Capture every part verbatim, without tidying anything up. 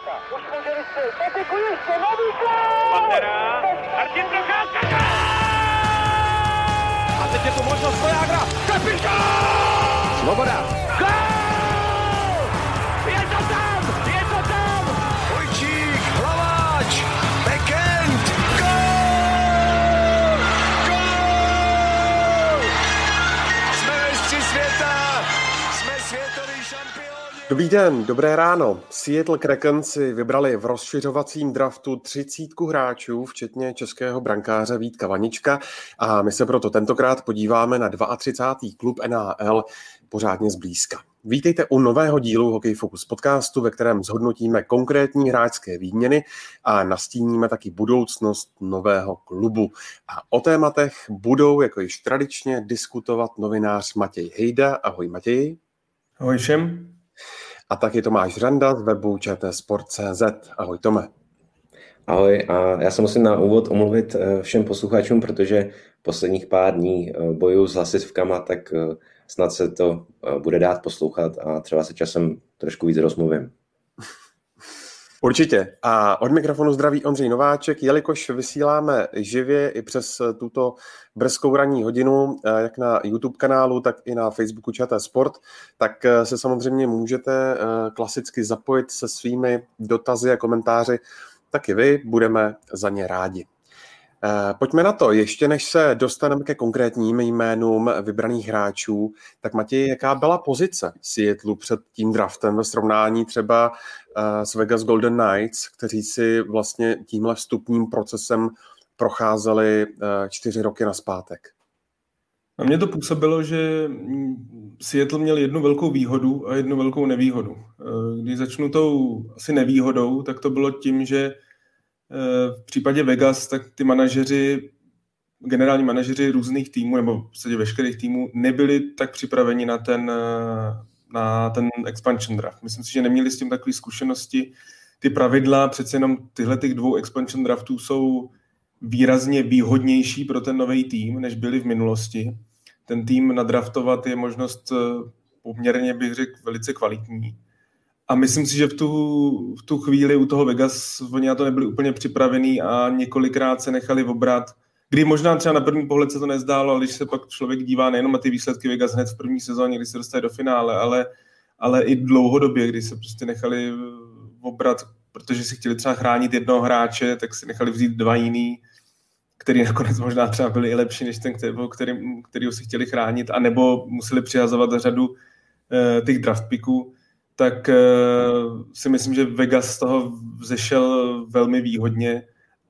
Už může vystřelit, Patiku ještě, nový gól! Pantera, Martin Procházka! A teď je tu možnost Vojágra, kapitán! Svoboda! Gól! Je to tam, je to tam! Vojčík, Hlaváč, Bekend, gól! Gól! Jsme mistři světa, jsme světoví šampioni! Dobrý den, dobré ráno. Seattle Kraken si vybrali v rozšiřovacím draftu třicítku hráčů, včetně českého brankáře Vítka Vanička, a my se proto tentokrát podíváme na třicátý druhý klub N H L pořádně zblízka. Vítejte u nového dílu Hokej Focus podcastu, ve kterém zhodnotíme konkrétní hráčské výměny a nastíníme taky budoucnost nového klubu. A o tématech budou, jako již tradičně, diskutovat novinář Matěj Hejda. Ahoj Matěj. Ahoj všem. A taky Tomáš Řanda z webu č t sport tečka cé zet. Ahoj Tome. Ahoj, a já se musím na úvod omluvit všem posluchačům, protože posledních pár dní bojuju s hlasivkama, tak snad se to bude dát poslouchat a třeba se časem trošku víc rozmluvím. Určitě. A od mikrofonu zdraví Ondřej Nováček, jelikož vysíláme živě i přes tuto brzkou ranní hodinu, jak na YouTube kanálu, tak i na Facebooku ČT Sport, tak se samozřejmě můžete klasicky zapojit se svými dotazy a komentáři. Taky vy, budeme za ně rádi. Pojďme na to. Ještě než se dostaneme ke konkrétním jménům vybraných hráčů, tak Matěj, jaká byla pozice Seattleu před tím draftem ve srovnání třeba s Vegas Golden Knights, kteří si vlastně tímhle vstupním procesem procházeli čtyři roky nazpátek? Na mě to působilo, že Seattle měl jednu velkou výhodu a jednu velkou nevýhodu. Když začnu tou asi nevýhodou, tak to bylo tím, že v případě Vegas, tak ty manažeři, generální manažeři různých týmů, nebo v podstatě veškerých týmů, nebyli tak připraveni na ten, na ten expansion draft. Myslím si, že neměli s tím takové zkušenosti. Ty pravidla, přece jenom tyhle těch dvou expansion draftů jsou výrazně výhodnější pro ten nový tým, než byly v minulosti. Ten tým nadraftovat je možnost poměrně, bych řekl, velice kvalitní. A myslím si, že v tu, v tu chvíli u toho Vegas oni na to nebyli úplně připravení a několikrát se nechali obrat, kdy možná třeba na první pohled se to nezdálo, ale když se pak člověk dívá nejenom na ty výsledky Vegas hned v první sezóně, kdy se dostali do finále, ale, ale i dlouhodobě, kdy se prostě nechali obrat, protože si chtěli třeba chránit jednoho hráče, tak si nechali vzít dva jiný, který nakonec možná třeba byli i lepší než ten, který, kterýho si chtěli chránit, anebo museli přihazovat řadu uh, těch draft picků. Tak uh, si myslím, že Vegas z toho vzešel velmi výhodně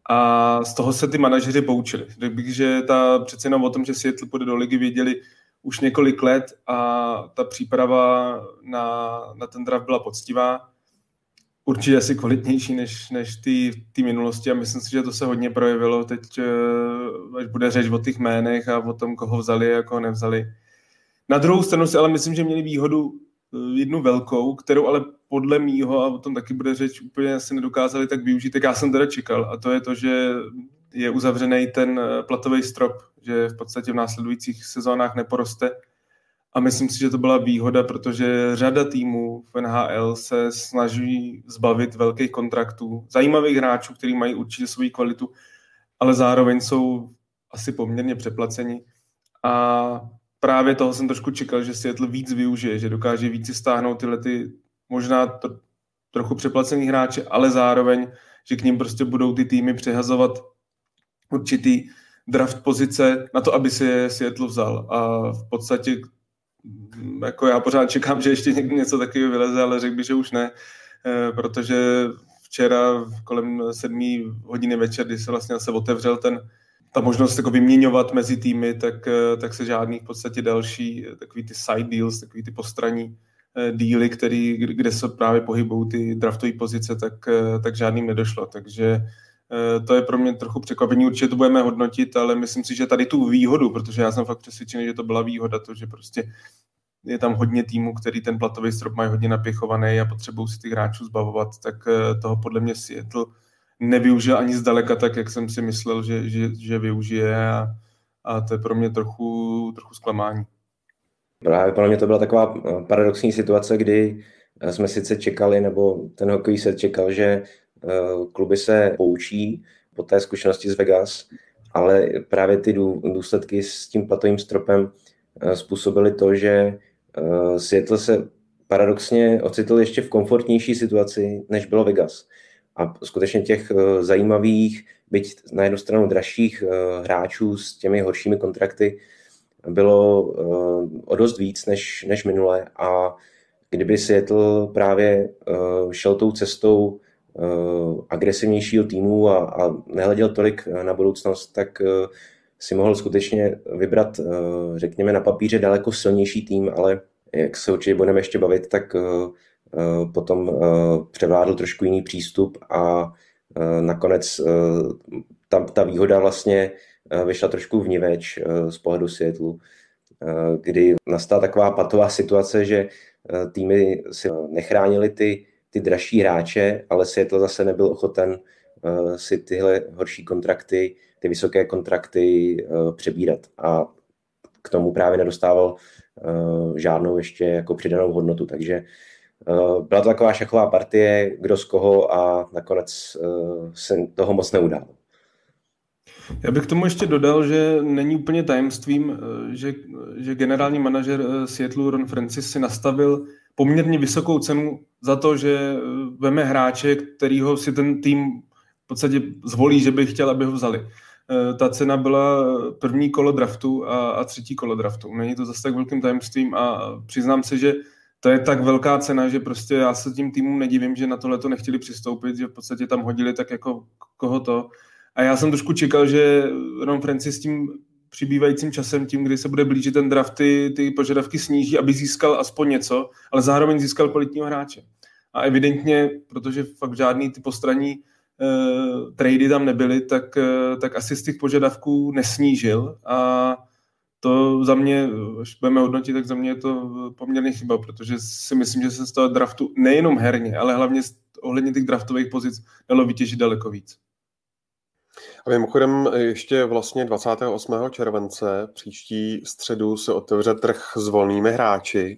a z toho se ty manažeři poučili. Řekl bych, že ta, přece jenom o tom, že Seattle půjde do ligy, věděli už několik let a ta příprava na, na ten draft byla poctivá. Určitě asi kvalitnější než, než ty, ty minulosti a myslím si, že to se hodně projevilo teď, uh, až bude řeč o těch jménech a o tom, koho vzali a koho nevzali. Na druhou stranu si ale myslím, že měli výhodu jednu velkou, kterou ale podle mýho, a o tom taky bude řeč, úplně asi nedokázali tak využít, tak já jsem teda čekal. A to je to, že je uzavřený ten platový strop, že v podstatě v následujících sezónách neporoste. A myslím si, že to byla výhoda, protože řada týmů v N H L se snaží zbavit velkých kontraktů, zajímavých hráčů, kteří mají určitě svou kvalitu, ale zároveň jsou asi poměrně přeplaceni. A právě toho jsem trošku čekal, že Seattle víc využije, že dokáže víc si stáhnout tyhle ty možná to, trochu přeplacený hráče, ale zároveň, že k ním prostě budou ty týmy přehazovat určitý draft pozice na to, aby si je Seattle vzal. A v podstatě jako já pořád čekám, že ještě někdy něco takového vyleze, ale řekl bych, že už ne, protože včera kolem sedmé hodiny večer, kdy se vlastně se otevřel ten ta možnost jako vyměňovat mezi týmy, tak, tak se žádný v podstatě další takový ty side deals, takový ty postranní díly, který, kde se právě pohybují ty draftové pozice, tak, tak žádným nedošlo. Takže to je pro mě trochu překvapení. Určitě to budeme hodnotit, ale myslím si, že tady tu výhodu, protože já jsem fakt přesvědčený, že to byla výhoda, to, že prostě je tam hodně týmů, který ten platový strop mají hodně napěchovaný a potřebují si těch hráčů zbavovat, tak toho podle mě Seattle nevyužil ani zdaleka tak, jak jsem si myslel, že, že, že využije a, a to je pro mě trochu, trochu zklamání. Právě pro mě to byla taková paradoxní situace, kdy jsme sice čekali, nebo ten hokej se čekal, že kluby se poučí po té zkušenosti z Vegas, ale právě ty důsledky s tím platovým stropem způsobily to, že Seattle se paradoxně ocitl ještě v komfortnější situaci, než bylo Vegas. A skutečně těch zajímavých, byť na jednu stranu dražších hráčů s těmi horšími kontrakty bylo o dost víc než, než minule. A kdyby Seattle právě šel tou cestou agresivnějšího týmu a, a nehleděl tolik na budoucnost, tak si mohl skutečně vybrat, řekněme, na papíře daleko silnější tým, ale jak se určitě budeme ještě bavit, tak potom převládl trošku jiný přístup a nakonec tam ta výhoda vlastně vyšla trošku vniveč z pohledu Seattleu, kdy nastala taková patová situace, že týmy si nechránili ty, ty dražší hráče, ale Seattle zase nebyl ochoten si tyhle horší kontrakty, ty vysoké kontrakty přebírat a k tomu právě nedostával žádnou ještě jako přidanou hodnotu, takže byla to taková šachová partie, kdo z koho a nakonec se toho moc neudál. Já bych k tomu ještě dodal, že není úplně tajemstvím, že, že generální manažer Seattleu Ron Francis si nastavil poměrně vysokou cenu za to, že veme hráče, kterýho si ten tým v podstatě zvolí, že by chtěl, aby ho vzali. Ta cena byla první kolo draftu a, a třetí kolo draftu. Není to zase tak velkým tajemstvím a přiznám se, že to je tak velká cena, že prostě já se tím týmům nedivím, že na tohle to nechtěli přistoupit, že v podstatě tam hodili tak jako koho to. A já jsem trošku čekal, že Ron Francis s tím přibývajícím časem, tím, kdy se bude blížit ten draft, ty, ty požadavky sníží, aby získal aspoň něco, ale zároveň získal kvalitního hráče. A evidentně, protože fakt žádný ty postranní uh, trady tam nebyly, tak, uh, tak asi z těch požadavků nesnížil a to za mě, až budeme hodnotit, tak za mě je to poměrně chyba, protože si myslím, že se z toho draftu nejenom herně, ale hlavně ohledně těch draftových pozic dalo vytěžit daleko víc. A mimochodem ještě vlastně dvacátého osmého července příští středu se otevře trh s volnými hráči.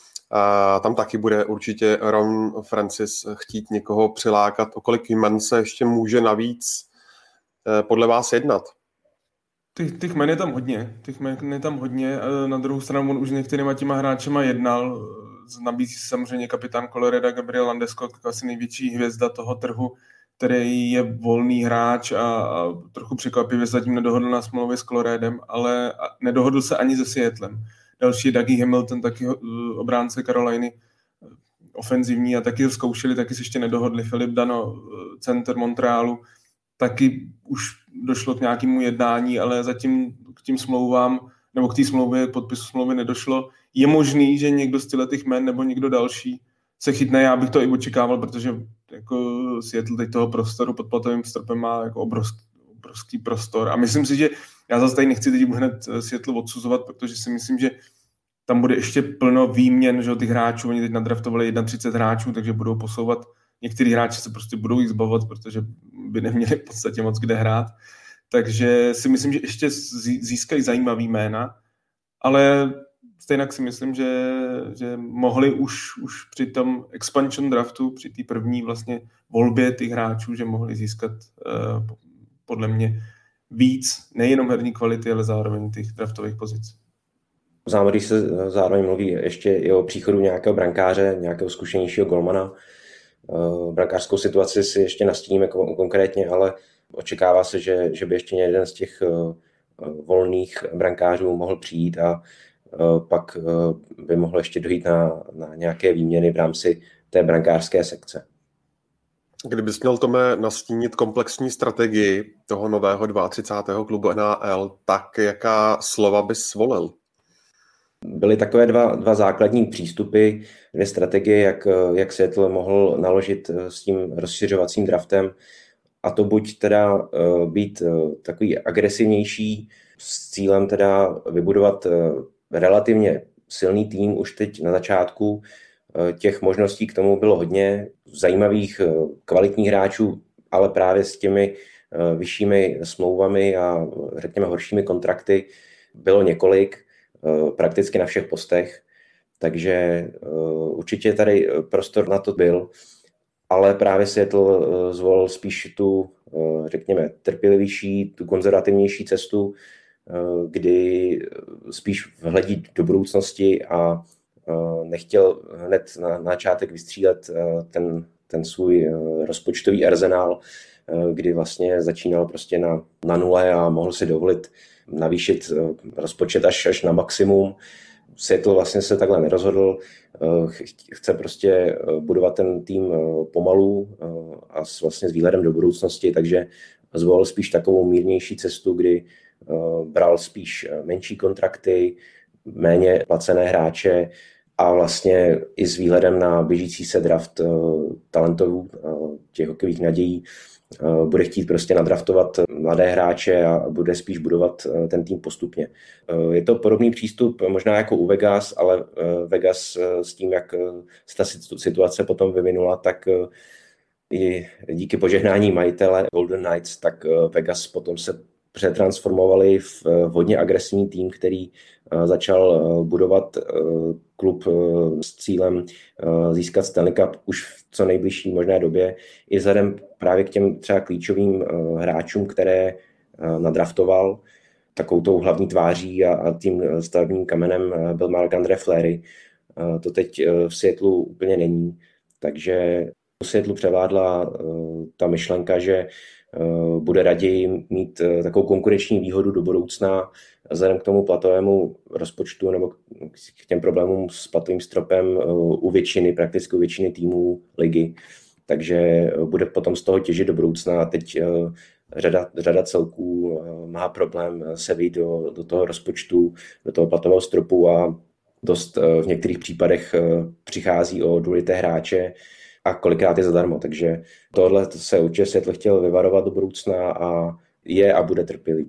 A tam taky bude určitě Ron Francis chtít někoho přilákat. O kolik jmen se ještě může navíc podle vás jednat? Těch, těch jmen je tam hodně. Těch jmen je tam hodně. Na druhou stranu on už některýma těma hráčema jednal. Nabízí se samozřejmě kapitán Coloreda Gabriel Landeskog, asi největší hvězda toho trhu, který je volný hráč a, a trochu překvapivě zatím nedohodl na smlouvě s Coloredem, ale nedohodl se ani se Seattlem. Další je Dougie Hamilton, taky obránce Caroliny, ofenzivní a taky ho zkoušeli, taky se ještě nedohodli. Filip Dano, center Montrealu, taky už došlo k nějakému jednání, ale zatím k tím smlouvám, nebo k té smlouvě, podpisu smlouvy nedošlo. Je možný, že někdo z těch jmen nebo někdo další se chytne, já bych to i očekával, protože jako Seattle teď toho prostoru pod platovým stropem má jako obrovský, obrovský prostor a myslím si, že já zase tady nechci teď hned Seattle odsuzovat, protože si myslím, že tam bude ještě plno výměn, že těch hráčů, oni teď nadraftovali třicet jedna hráčů, takže budou posouvat, některý hráči se prostě budou jich zbavovat, protože by neměli v podstatě moc kde hrát, takže si myslím, že ještě získají zajímavý jména, ale stejně si myslím, že, že mohli už, už při tom expansion draftu, při té první vlastně volbě těch hráčů, že mohli získat uh, podle mě víc, nejenom herní kvality, ale zároveň těch draftových pozic. V zámoří se zároveň mluví ještě i o příchodu nějakého brankáře, nějakého zkušenějšího golmana. Uh, brankářskou situaci si ještě nastíníme konkrétně, ale očekává se, že, že by ještě jeden z těch uh, volných brankářů mohl přijít a pak by mohlo ještě dojít na, na nějaké výměny v rámci té brankářské sekce. Kdybys měl, Tome, nastínit komplexní strategii toho nového třicátého druhého klubu N H L, tak jaká slova bys zvolil? Byly takové dva, dva základní přístupy, dvě strategie, jak, jak Seattle mohl naložit s tím rozšiřovacím draftem, a to buď teda být takový agresivnější s cílem teda vybudovat relativně silný tým už teď na začátku. Těch možností k tomu bylo hodně, zajímavých, kvalitních hráčů, ale právě s těmi vyššími smlouvami a řekněme horšími kontrakty bylo několik, prakticky na všech postech. takže určitě tady prostor na to byl, ale právě Seattle zvolil spíš tu, řekněme, trpělivější, tu konzervativnější cestu, kdy spíš hledí do budoucnosti a nechtěl hned na začátek vystřílet ten, ten svůj rozpočtový arzenál, kdy vlastně začínal prostě na, na nule a mohl si dovolit navýšit rozpočet až, až na maximum. Seattle vlastně se takhle nerozhodl, chce prostě budovat ten tým pomalu a vlastně s výhledem do budoucnosti, takže zvolil spíš takovou mírnější cestu, kdy bral spíš menší kontrakty, méně placené hráče a vlastně i s výhledem na běžící se draft talentů, těch hokejových nadějí, bude chtít prostě nadraftovat mladé hráče a bude spíš budovat ten tým postupně. Je to podobný přístup možná jako u Vegas, ale Vegas s tím, jak se ta situace potom vyvinula, tak i díky požehnání majitele Golden Knights, tak Vegas potom se přetransformovali v hodně agresivní tým, který začal budovat klub s cílem získat Stanley Cup už v co nejbližší možné době. I vzhledem právě k těm třeba klíčovým hráčům, které nadraftoval, takovou tou hlavní tváří a, a tím stavebním kamenem byl Marc-André Fleury. To teď v Seattlu úplně není, takže v Seattlu převládla ta myšlenka, že bude raději mít takovou konkurenční výhodu do budoucna vzhledem k tomu platovému rozpočtu nebo k těm problémům s platovým stropem u většiny, prakticky u většiny týmů ligy. Takže bude potom z toho těžit do budoucna. A teď řada, řada celků má problém se vyjít do, do toho rozpočtu, do toho platového stropu a dost v některých případech přichází o důležité hráče a kolikrát je zadarmo. Takže tohle se určitě Seattle chtěl vyvarovat do budoucna a je a bude trpělivý.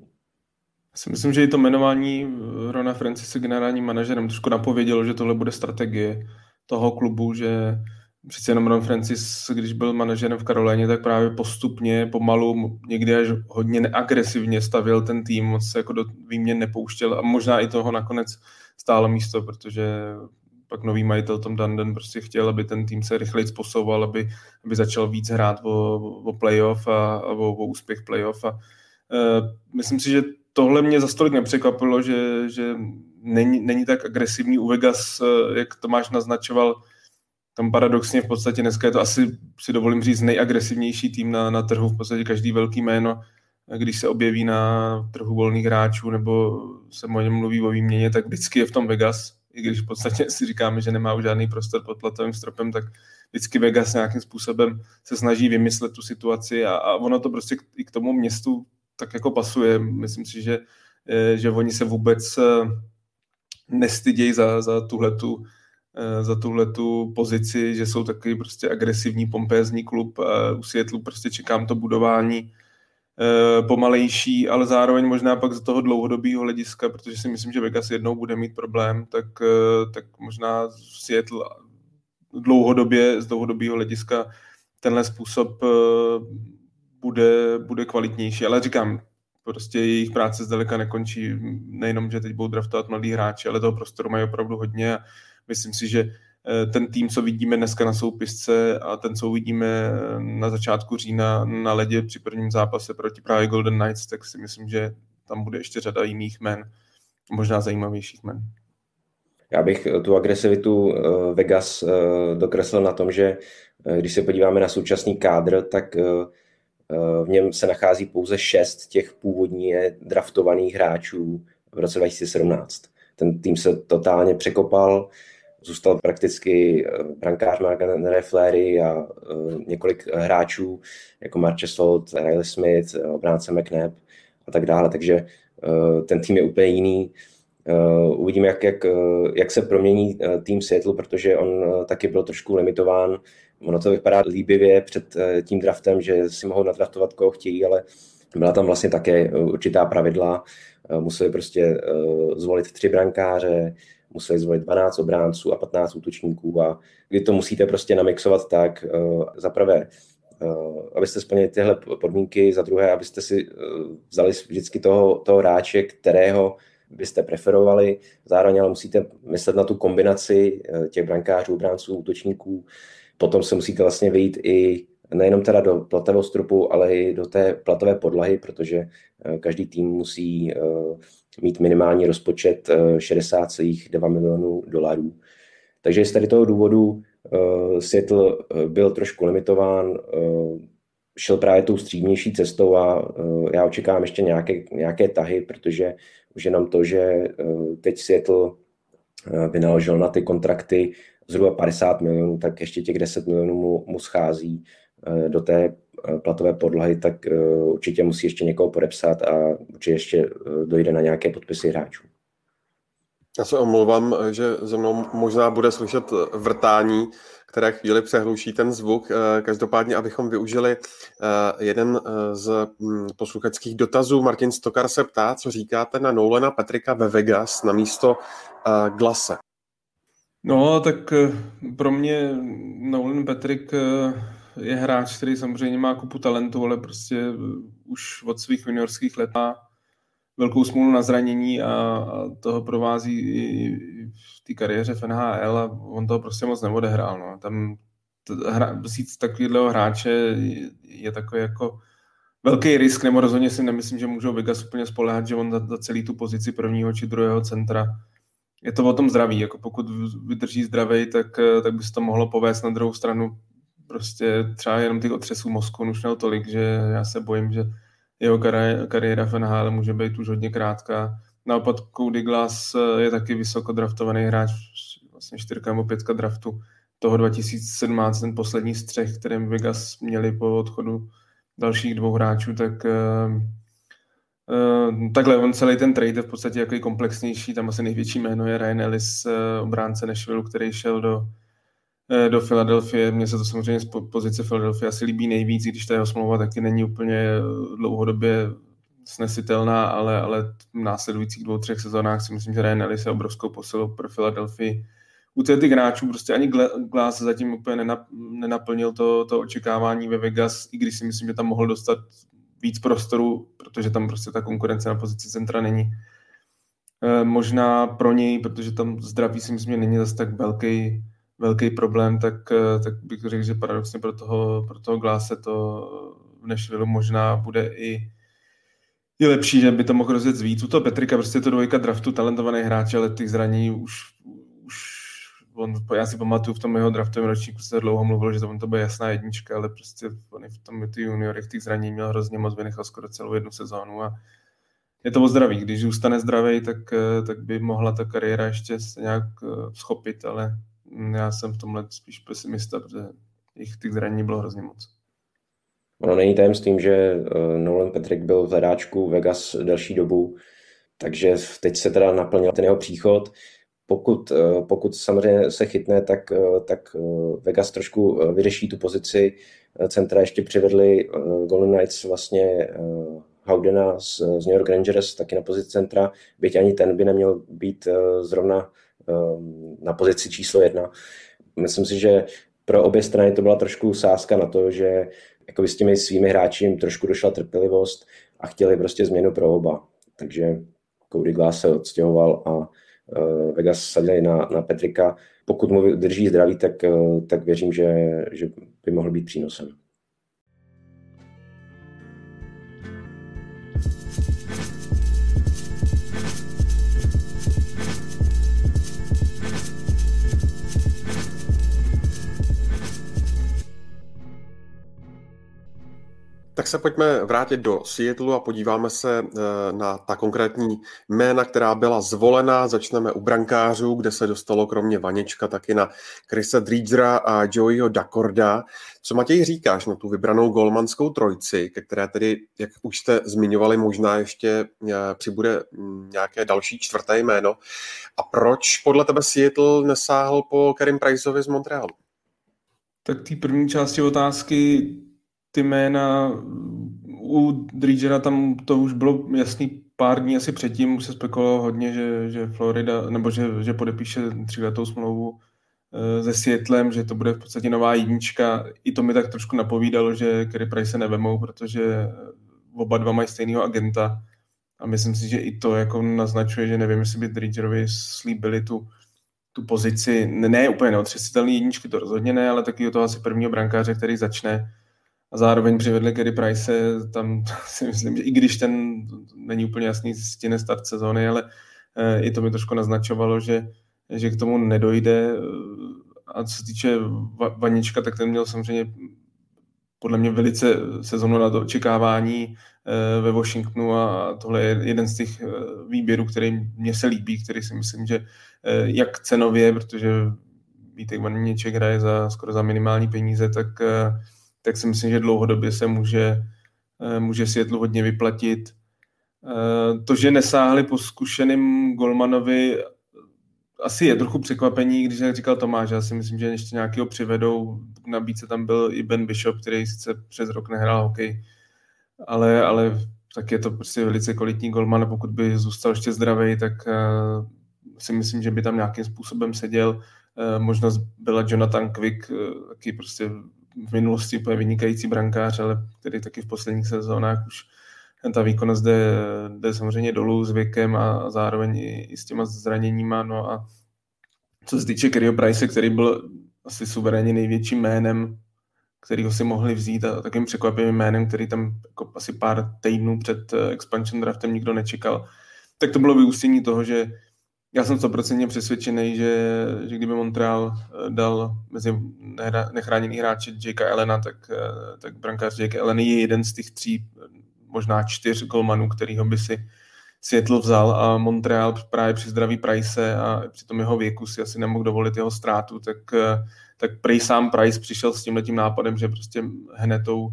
Já si myslím, že i to jmenování Rona Francise generálním manažerem trošku napovědělo, že tohle bude strategie toho klubu, že přece jenom Ron Francis, když byl manažerem v Karolíně, tak právě postupně, pomalu, někdy až hodně neagresivně stavěl ten tým, moc se jako do výměn nepouštěl a možná i toho nakonec stálo místo, protože pak nový majitel Tom Dundon prostě chtěl, aby ten tým se rychleji posouval, aby, aby začal víc hrát o, o playoff a, a o, o úspěch playoff. A, uh, myslím si, že tohle mě za stolik nepřekvapilo, že, že není, není tak agresivní u Vegas, jak Tomáš naznačoval. Tam paradoxně v podstatě dneska je to asi, si dovolím říct, nejagresivnější tým na, na trhu. V podstatě každý velký jméno, když se objeví na trhu volných hráčů nebo se o něm mluví o výměně, tak vždycky je v tom Vegas. I když v podstatě si říkáme, že nemá už žádný prostor pod platovým stropem, tak vždycky Vegas nějakým způsobem se snaží vymyslet tu situaci a, a ono to prostě i k tomu městu tak jako pasuje. Myslím si, že, že oni se vůbec nestydějí za, za tuhletu za tuhletu pozici, že jsou takový prostě agresivní, pompézní klub. U Seattleu prostě čekám to budování pomalejší, ale zároveň možná pak z toho dlouhodobého hlediska, protože si myslím, že Vegas jednou bude mít problém, tak, tak možná Seattle dlouhodobě, z dlouhodobého hlediska tenhle způsob bude, bude kvalitnější. Ale říkám, prostě jejich práce zdaleka nekončí. Nejenom, že teď budou draftovat mladý hráči, ale toho prostoru mají opravdu hodně a myslím si, že ten tým, co vidíme dneska na soupisce a ten, co uvidíme na začátku října na ledě při prvním zápase proti právě Golden Knights, tak si myslím, že tam bude ještě řada jiných jmen, možná zajímavějších jmen. Já bych tu agresivitu Vegas dokreslil na tom, že když se podíváme na současný kádr, tak v něm se nachází pouze šest těch původně draftovaných hráčů v roce dva tisíce sedmnáct. Ten tým se totálně překopal, zůstal prakticky brankář Marc-André Fleury a několik hráčů jako Marche Sault, Riley Smith, obránce McNabb a tak dále. Takže ten tým je úplně jiný. Uvidíme, jak, jak, jak se promění tým Seattle, protože on taky byl trošku limitován. Ono to vypadá líbivě před tím draftem, že si mohou nadraftovat, koho chtějí, ale byla tam vlastně také určitá pravidla. Museli prostě zvolit tři brankáře, museli zvolit dvanáct obránců a patnáct útočníků a vy to musíte prostě namixovat tak, za prvé, abyste splnili tyhle podmínky, za druhé, abyste si vzali vždycky toho, toho hráče, kterého byste preferovali. Zároveň ale musíte myslet na tu kombinaci těch brankářů, bránců, útočníků. Potom se musíte vlastně vyjít i nejenom teda do platového stropu, ale i do té platové podlahy, protože každý tým musí mít minimální rozpočet šedesát celá dva milionů dolarů. Takže z tady toho důvodu Seattle byl trošku limitován, šel právě tou střídnější cestou a já očekávám ještě nějaké, nějaké tahy, protože už jenom to, že teď Seattle vynaložil na ty kontrakty zhruba padesát milionů, tak ještě těch deset milionů mu, mu schází do té platové podlahy, tak určitě musí ještě někoho podepsat a určitě ještě dojde na nějaké podpisy hráčů. Já se omlouvám, že ze mnou možná bude slyšet vrtání, které chvíli přehluší ten zvuk. Každopádně, abychom využili jeden z posluchačských dotazů. Martin Stokar se ptá, co říkáte na Nolana Patricka ve Vegas na místo Glase. No, tak pro mě Nolan Patrick je hráč, který samozřejmě má kupu talentu, ale prostě už od svých juniorských let má velkou smůlu na zranění a toho provází i v té kariéře v N H L a on toho prostě moc neodehrál. No. Tam hra, síc takového hráče je, je takový jako velký risk, nebo rozhodně si nemyslím, že můžou Vegas úplně spoléhat, že on za, za celý tu pozici prvního či druhého centra. Je to o tom zdraví, jako pokud vydrží zdravej, tak, tak by se to mohlo povést na druhou stranu. Prostě třeba jenom těch otřesů mozku už měl tolik, že já se bojím, že jeho kari- kariéra v N H L může být už hodně krátká. Naopak Cody Glass je taky vysoko draftovaný hráč, vlastně čtyřka nebo pětka draftu toho dva tisíce sedmnáct, ten poslední střech, kterým Vegas měli po odchodu dalších dvou hráčů, tak uh, uh, takhle on celý ten trade je v podstatě jaký komplexnější, tam asi největší jméno je Ryan Ellis, uh, obránce Nashville, který šel do do Filadelfie. Mně se to samozřejmě z pozice Filadelfie asi líbí nejvíc, když ta jeho smlouva taky není úplně dlouhodobě snesitelná, ale, ale v následujících dvou, třech sezónách si myslím, že Ryan Ellis je obrovskou posilou pro Filadelfii. U těch hráčů prostě ani Glass zatím úplně nenaplnil to, to očekávání ve Vegas, i když si myslím, že tam mohl dostat víc prostoru, protože tam prostě ta konkurence na pozici centra není. E, možná pro něj, protože tam zdraví si myslím, že není zase tak velký velký problém, tak, tak bych řekl, že paradoxně pro toho, pro toho Glase to v Nashville možná bude i, i lepší, že by to mohl rozjet víc. U toho Patricka prostě je to dvojka draftu, talentovaný hráč, ale těch zranění už, už on, já si pamatuju v tom jeho draftovém ročníku se dlouho mluvil, že on to bude jasná jednička, ale prostě on v tom ty juniorech těch zranění měl hrozně moc, vynechal skoro celou jednu sezónu a je to o zdraví. Když zůstane zdravý, tak, tak by mohla ta kariéra ještě se nějak schopit, ale já jsem v tomhle spíš pesimista, protože jich těch zranění bylo hrozně moc. Ono není tajemstvím, že Nolan Patrick byl v hledáčku Vegas delší dobu, takže teď se teda naplnil ten jeho příchod. Pokud, pokud samozřejmě se chytne, tak, tak Vegas trošku vyřeší tu pozici centra. Ještě přivedli Golden Knights vlastně Howdena z, z New York Rangers taky na pozici centra, byť ani ten by neměl být zrovna na pozici číslo jedna. Myslím si, že pro obě strany to byla trošku sázka na to, že jako s těmi svými hráči jim trošku došla trpělivost a chtěli prostě změnu pro oba. Takže Cody Glass se odstěhoval a Vegas sadili na, na Patricka. Pokud mu drží zdraví, tak, tak věřím, že, že by mohl být přínosem. Tak se pojďme vrátit do Seattleu a podíváme se na ta konkrétní jména, která byla zvolena. Začneme u brankářů, kde se dostalo kromě Vaněčka taky na Chrisa Driedgera a Joeyho Dacorda. Co Matěj říkáš na tu vybranou golmanskou trojci, ke které tedy, jak už jste zmiňovali, možná ještě přibude nějaké další čtvrté jméno. A proč podle tebe Seattle nesáhl po Carey Priceovi z Montrealu? Tak té první části otázky, ty jména u Driedgera tam to už bylo jasný pár dní asi předtím, už se spekulovalo hodně, že, že Florida, nebo že, že podepíše tříletou smlouvu se Seattlem, že to bude v podstatě nová jednička. I to mi tak trošku napovídalo, že Carey Price se nevemou, protože oba dva mají stejného agenta a myslím si, že i to jako naznačuje, že nevím, jestli by Dridgerovi slíbili tu, tu pozici, ne, ne úplně neotřesitelný jedničky, to rozhodně ne, ale taky toho asi prvního brankáře, který začne. A zároveň přivedli Carey Price, tam si myslím, že i když ten není úplně jasný zjistěný start sezóny, ale i to mi trošku naznačovalo, že, že k tomu nedojde. A co se týče Vanička, tak ten měl samozřejmě podle mě velice sezónu na to očekávání ve Washingtonu a tohle je jeden z těch výběrů, který mně se líbí, který si myslím, že jak cenově, protože Vítek Vaniček hraje za, skoro za minimální peníze, tak tak si myslím, že dlouhodobě se může, může Seattle hodně vyplatit. To, že nesáhli po zkušeným golmanovi, asi je trochu překvapení, když jak říkal Tomáš, já si myslím, že ještě nějakého přivedou. V nabídce tam byl i Ben Bishop, který sice přes rok nehrál hokej, ale, ale tak je to prostě velice kvalitní golman a pokud by zůstal ještě zdravý, tak si myslím, že by tam nějakým způsobem seděl. Možnost byla Jonathan Quick, taky prostě v minulosti úplně vynikající brankář, ale který taky v posledních sezónách už ta výkonnost jde, jde samozřejmě dolů s věkem a zároveň i, i s těma zraněníma. No a co se týče Careyho Price, který byl asi suverénně největším jménem, kterýho si mohli vzít a takovým překvapivým jménem, který tam jako asi pár týdnů před expansion draftem nikdo nečekal, tak to bylo vyústění toho, že já jsem stoprocentně přesvědčený, že, že kdyby Montreal dal mezi nechráněný hráče Jakea Allena, tak, tak brankář Jake Allen je jeden z těch tří, možná čtyř golmanů, kterýho by si Seattle vzal a Montreal právě při zdraví Price a při tom jeho věku si asi nemohl dovolit jeho ztrátu, tak, tak prej sám Price přišel s tímhletím nápadem, že prostě hned tou,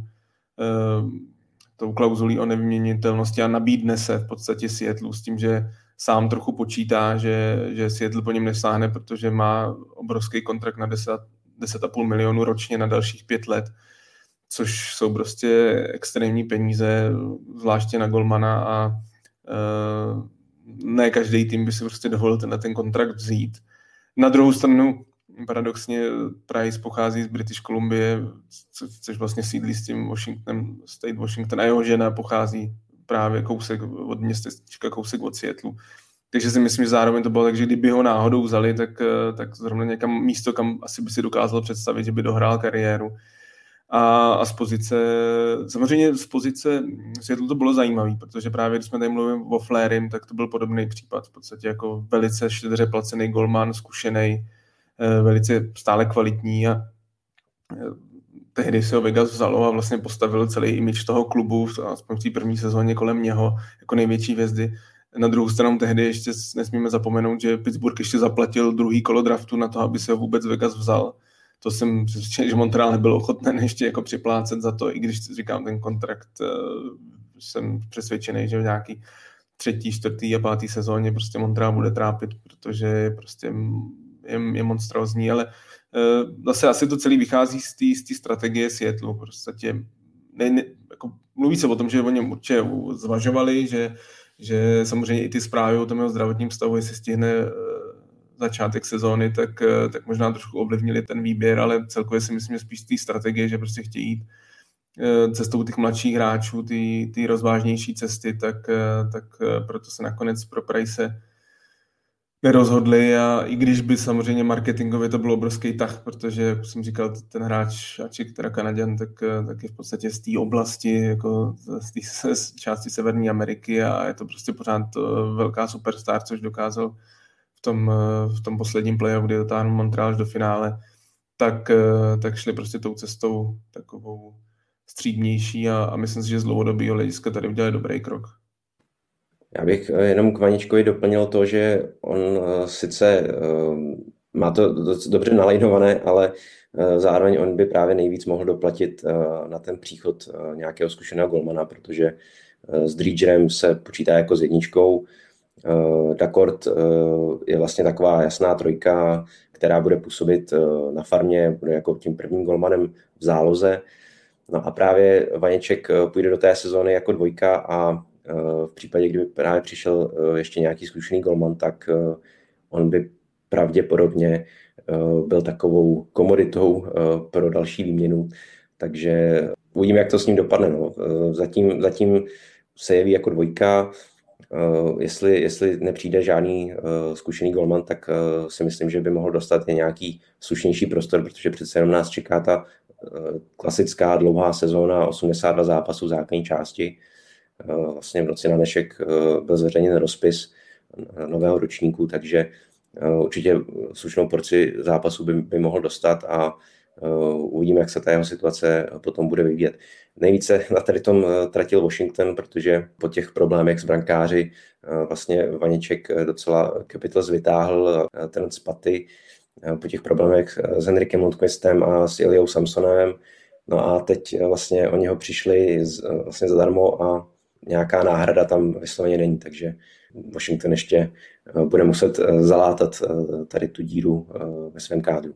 tou klauzulí o nevyměnitelnosti a nabídne se v podstatě Seattle s tím, že sám trochu počítá, že, že Seattle po něm nesáhne, protože má obrovský kontrakt na deset celá pět milionu ročně na dalších pět let, což jsou prostě extrémní peníze, zvláště na golmana a uh, ne každý tým by si prostě dovolil ten, ten kontrakt vzít. Na druhou stranu, paradoxně, Price pochází z British Columbie, co, což vlastně sídlí s tím Washingtonem, State Washington, a jeho žena pochází právě kousek od městečka, kousek od Seattleu. Takže si myslím, že zároveň to bylo tak, že kdyby ho náhodou vzali, tak, tak zrovna někam místo, kam asi by si dokázal představit, že by dohrál kariéru. A, a z pozice, samozřejmě z pozice Seattle to bylo zajímavé, protože právě když jsme tady mluvili o Fleurim, tak to byl podobný případ. V podstatě jako velice štědře placený golman, zkušený, velice stále kvalitní a tehdy se ho Vegas vzalo a vlastně postavil celý image toho klubu, aspoň v té první sezóně kolem něho, jako největší hvězdy. Na druhou stranu tehdy ještě nesmíme zapomenout, že Pittsburgh ještě zaplatil druhý kolo draftu na to, aby se ho vůbec Vegas vzal. To jsem přesvědčený, že Montreal nebyl ochoten ještě jako připlácet za to, i když říkám ten kontrakt, jsem přesvědčený, že v nějaký třetí, čtvrtý a pátý sezóně prostě Montreal bude trápit, protože prostě je, je monstrózní, ale zase asi to celý vychází z té strategie Seattleu. Prostě ne, ne, jako mluví se o tom, že o něm určitě zvažovali, že, že samozřejmě i ty zprávy o tom jeho zdravotním stavu, jestli stihne začátek sezóny, tak, tak možná trošku ovlivnili ten výběr, ale celkově si myslím, že spíš z té strategie, že prostě chtějí jít cestou těch mladších hráčů, ty, ty rozvážnější cesty, tak, tak proto se nakonec pro Price nerozhodli a i když by samozřejmě marketingově to byl obrovský tah, protože, jak jsem říkal, ten hráč, Ačik, teda Kanaďan, tak, tak je v podstatě z té oblasti, jako z té části Severní Ameriky a je to prostě pořád velká superstar, což dokázal v tom, v tom posledním playoff, kdy dotáhnul Montreal do finále, tak, tak šli prostě tou cestou takovou střídnější a, a myslím si, že z dlouhodobého hlediska tady udělali dobrý krok. Já bych jenom k Vaničkovi doplnil to, že on sice má to dobře nalajnované, ale zároveň on by právě nejvíc mohl doplatit na ten příchod nějakého zkušeného golmana, protože s Dridgerem se počítá jako s jedničkou. Daccord je vlastně taková jasná trojka, která bude působit na farmě, bude jako tím prvním golmanem v záloze. No a právě Vaněček půjde do té sezóny jako dvojka a v případě, kdyby právě přišel ještě nějaký zkušený golman, tak on by pravděpodobně byl takovou komoditou pro další výměnu. Takže uvidíme, jak to s ním dopadne. No. Zatím, zatím se jeví jako dvojka. Jestli, jestli nepřijde žádný zkušený golman, tak si myslím, že by mohl dostat i nějaký slušnější prostor, protože přece jenom nás čeká ta klasická dlouhá sezóna, osmdesát dva zápasů základní části. Vlastně v noci na dnešek byl zveřejněn rozpis nového ročníku, takže určitě slušnou porci zápasů by, by mohl dostat a uvidíme, jak se ta jeho situace potom bude vyvíjet. Nejvíce na tady tom tratil Washington, protože po těch problémech s brankáři vlastně Vaněček docela Capitals vytáhl ten z paty po těch problémech s Henrikem Lundqvistem a s Iliou Samsonem. No a teď vlastně o něho přišli vlastně zadarmo a nějaká náhrada tam vysloveně není, takže Washington ještě bude muset zalátat tady tu díru ve svém kádru.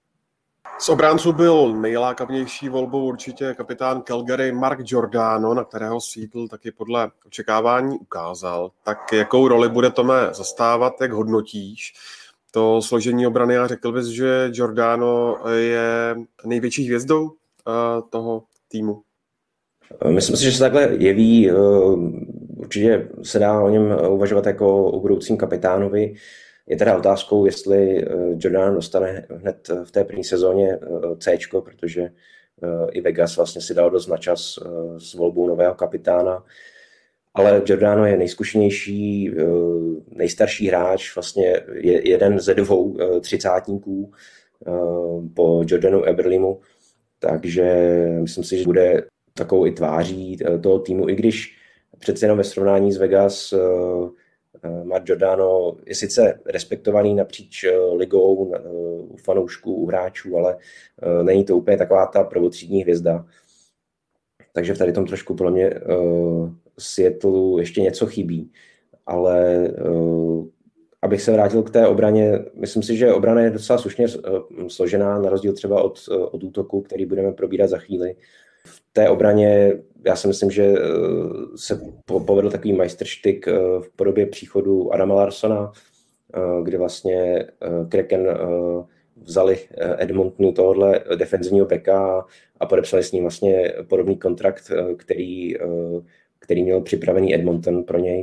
Z obránců byl nejlákavnější volbou určitě kapitán Calgary Mark Giordano, na kterého Seattle taky podle očekávání ukázal. Tak jakou roli bude Tome zastávat, jak hodnotíš to složení obrany a řekl bys, že Giordano je největší hvězdou toho týmu? Myslím si, že se takhle jeví. Určitě se dá o něm uvažovat jako o budoucím kapitánovi. Je teda otázkou, jestli Giordano dostane hned v té první sezóně Cčko, protože i Vegas vlastně si dal dost na čas s volbou nového kapitána. Ale Giordano je nejzkušenější, nejstarší hráč, vlastně je jeden ze dvou třicátníků po Jordanu Eberlimu, takže myslím si, že bude takovou i tváří toho týmu, i když přece jenom ve srovnání s Vegas Mark Giordano je sice respektovaný napříč ligou, u fanoušků, u hráčů, ale není to úplně taková ta prvotřídní hvězda. Takže v tady tom trošku podle mě Seattleu ještě něco chybí. Ale abych se vrátil k té obraně, myslím si, že obrana je docela slušně složená, na rozdíl třeba od, od útoku, který budeme probírat za chvíli. V té obraně já si myslím, že se povedl takový majstrštyk v podobě příchodu Adama Larssona, kdy vlastně Kraken vzali Edmontonu tohohle defenzivního backa a podepsali s ním vlastně podobný kontrakt, který, který měl připravený Edmonton pro něj.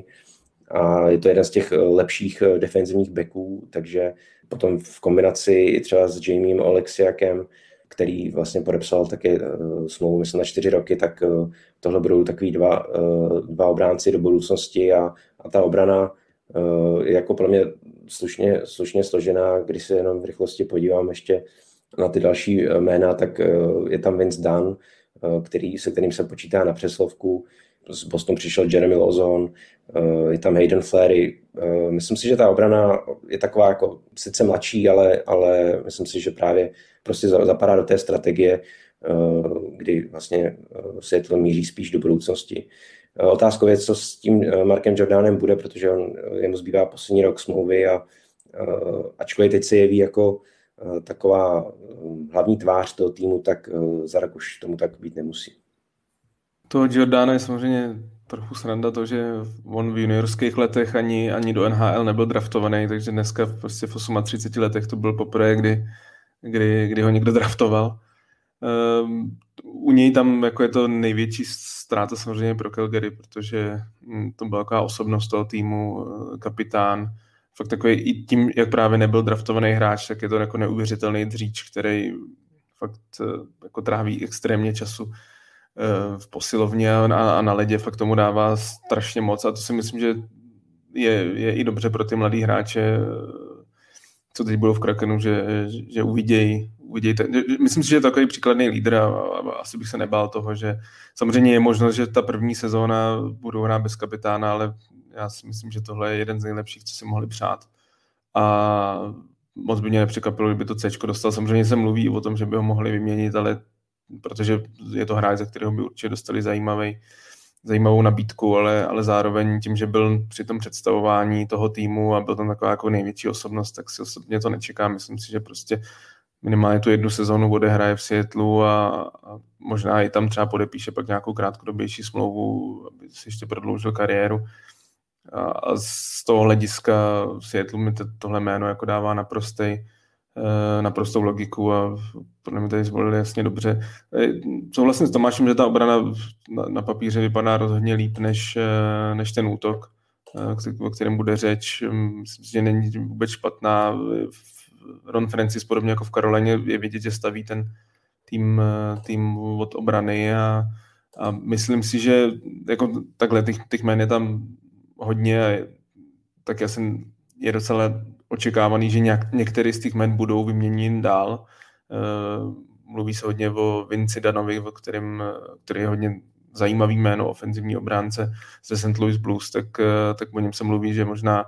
A je to jeden z těch lepších defenzivních backů, takže potom v kombinaci třeba s Jamiem Oleksiakem, který vlastně podepsal taky smlouvu, myslím, na čtyři roky, tak tohle budou takový dva, dva obránci do budoucnosti a, a ta obrana je jako pro mě slušně, slušně složená. Když se jenom v rychlosti podívám ještě na ty další jména, tak je tam Vince Dunn, který, se kterým se počítá na přeslovku. Z Bostonu přišel Jeremy Lauzon, je tam Hayden Fleury. Myslím si, že ta obrana je taková jako sice mladší, ale, ale myslím si, že právě prostě zapadá do té strategie, kdy vlastně Seattle míří spíš do budoucnosti. Otázkou je, co s tím Markem Giordanem bude, protože on, jemu zbývá poslední rok smlouvy a ačkoliv teď se jeví jako taková hlavní tvář toho týmu, tak za rok už tomu tak být nemusí. To Giordano je samozřejmě trochu sranda to, že on v juniorských letech ani, ani do N H L nebyl draftovaný, takže dneska prostě v třiceti osmi letech to byl poprvé, kdy, kdy, kdy ho někdo draftoval. Um, u něj tam jako je to největší ztráta samozřejmě pro Calgary, protože to byla taková osobnost toho týmu, kapitán, fakt takový i tím, jak právě nebyl draftovaný hráč, tak je to jako neuvěřitelný dříč, který fakt jako tráví extrémně času v posilovně a na ledě, fakt tomu dává strašně moc a to si myslím, že je, je i dobře pro ty mladý hráče, co teď budou v Krakenu, že, že uvidějí, uvidějí ten, myslím si, že je takový příkladný lídr a, a asi bych se nebál toho, že samozřejmě je možnost, že ta první sezóna budou hrát bez kapitána, ale já si myslím, že tohle je jeden z nejlepších, co si mohli přát a moc by mě nepřekvapilo, kdyby to Cčko dostal. Samozřejmě se mluví o tom, že by ho mohli vyměnit, ale protože je to hráč, za kterého by určitě dostali zajímavý, zajímavou nabídku, ale, ale zároveň tím, že byl při tom představování toho týmu a byl tam taková jako největší osobnost, tak si osobně to nečekám. Myslím si, že prostě minimálně tu jednu sezónu odehraje v Seattleu a, a možná i tam třeba podepíše pak nějakou krátkodobější smlouvu, aby si ještě prodloužil kariéru. A, a z toho hlediska v Seattleu mi to, tohle jméno jako dává naprostej naprostou logiku a podle mě tady zvolili jasně dobře. Souhlasím s Tomášem, že ta obrana na, na papíře vypadá rozhodně líp než, než ten útok. o kterém bude řeč. Myslím, že není vůbec špatná. Ron Francis, podobně jako v Karolině, je vidět, že staví ten tým, tým od obrany a, a myslím si, že jako takhle těch, těch jmén je tam hodně, tak já jsem je docela očekávaný, že nějak, některé z těch jmén budou vyměněny dál. Mluví se hodně o Vinci Danovi, o kterém, který je hodně zajímavý jméno, ofenzivní obránce ze Saint Louis Blues, tak, tak o něm se mluví, že možná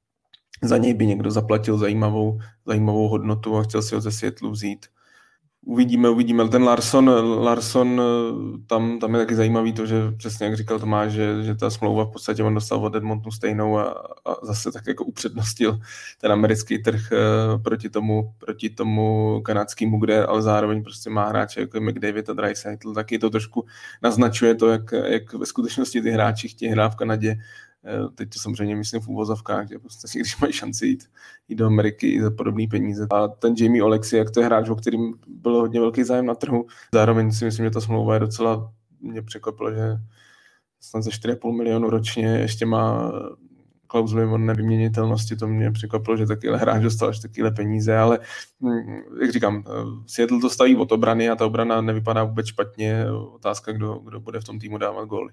za něj by někdo zaplatil zajímavou, zajímavou hodnotu a chtěl si ho ze Seattlu vzít. Uvidíme, uvidíme. Ten Larson, Larson tam, tam je taky zajímavý to, že přesně jak říkal Tomáš, že, že ta smlouva v podstatě on dostal od Edmontonu stejnou a, a zase tak jako upřednostil ten americký trh proti tomu, proti tomu kanadskému, kde ale zároveň prostě má hráče jako McDavid a Draisaitl, taky to trošku naznačuje to, jak, jak ve skutečnosti ty hráči chtějí hrát v Kanadě. Teď to samozřejmě myslím v úvozovkách, že prostě když mají šanci jít, jít do Ameriky i za podobné peníze. A ten Jamie Oleksiak, jak to je hráč, o kterým byl hodně velký zájem na trhu. Zároveň si myslím, že ta smlouva je docela, mě překvapilo, že snad za čtyři a půl milionu ročně ještě má klauzuli o nevyměnitelnosti, to mě překvapilo, že takovýhle hráč dostal až takovýhle peníze, ale jak říkám, Seattle to staví od obrany a ta obrana nevypadá vůbec špatně. Otázka, kdo, kdo bude v tom týmu dávat góly.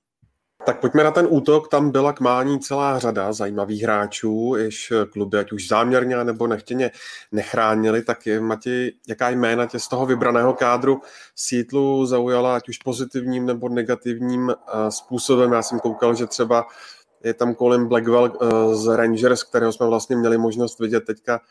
Tak pojďme na ten útok, tam byla k mání celá řada zajímavých hráčů, jež kluby, ať už záměrně nebo nechtěně nechránili, tak je, Matěj, jaká jména tě z toho vybraného kádru Seattlu zaujala, ať už pozitivním nebo negativním způsobem. Já jsem koukal, že třeba je tam Colin Blackwell z Rangers, kterého jsme vlastně měli možnost vidět teďka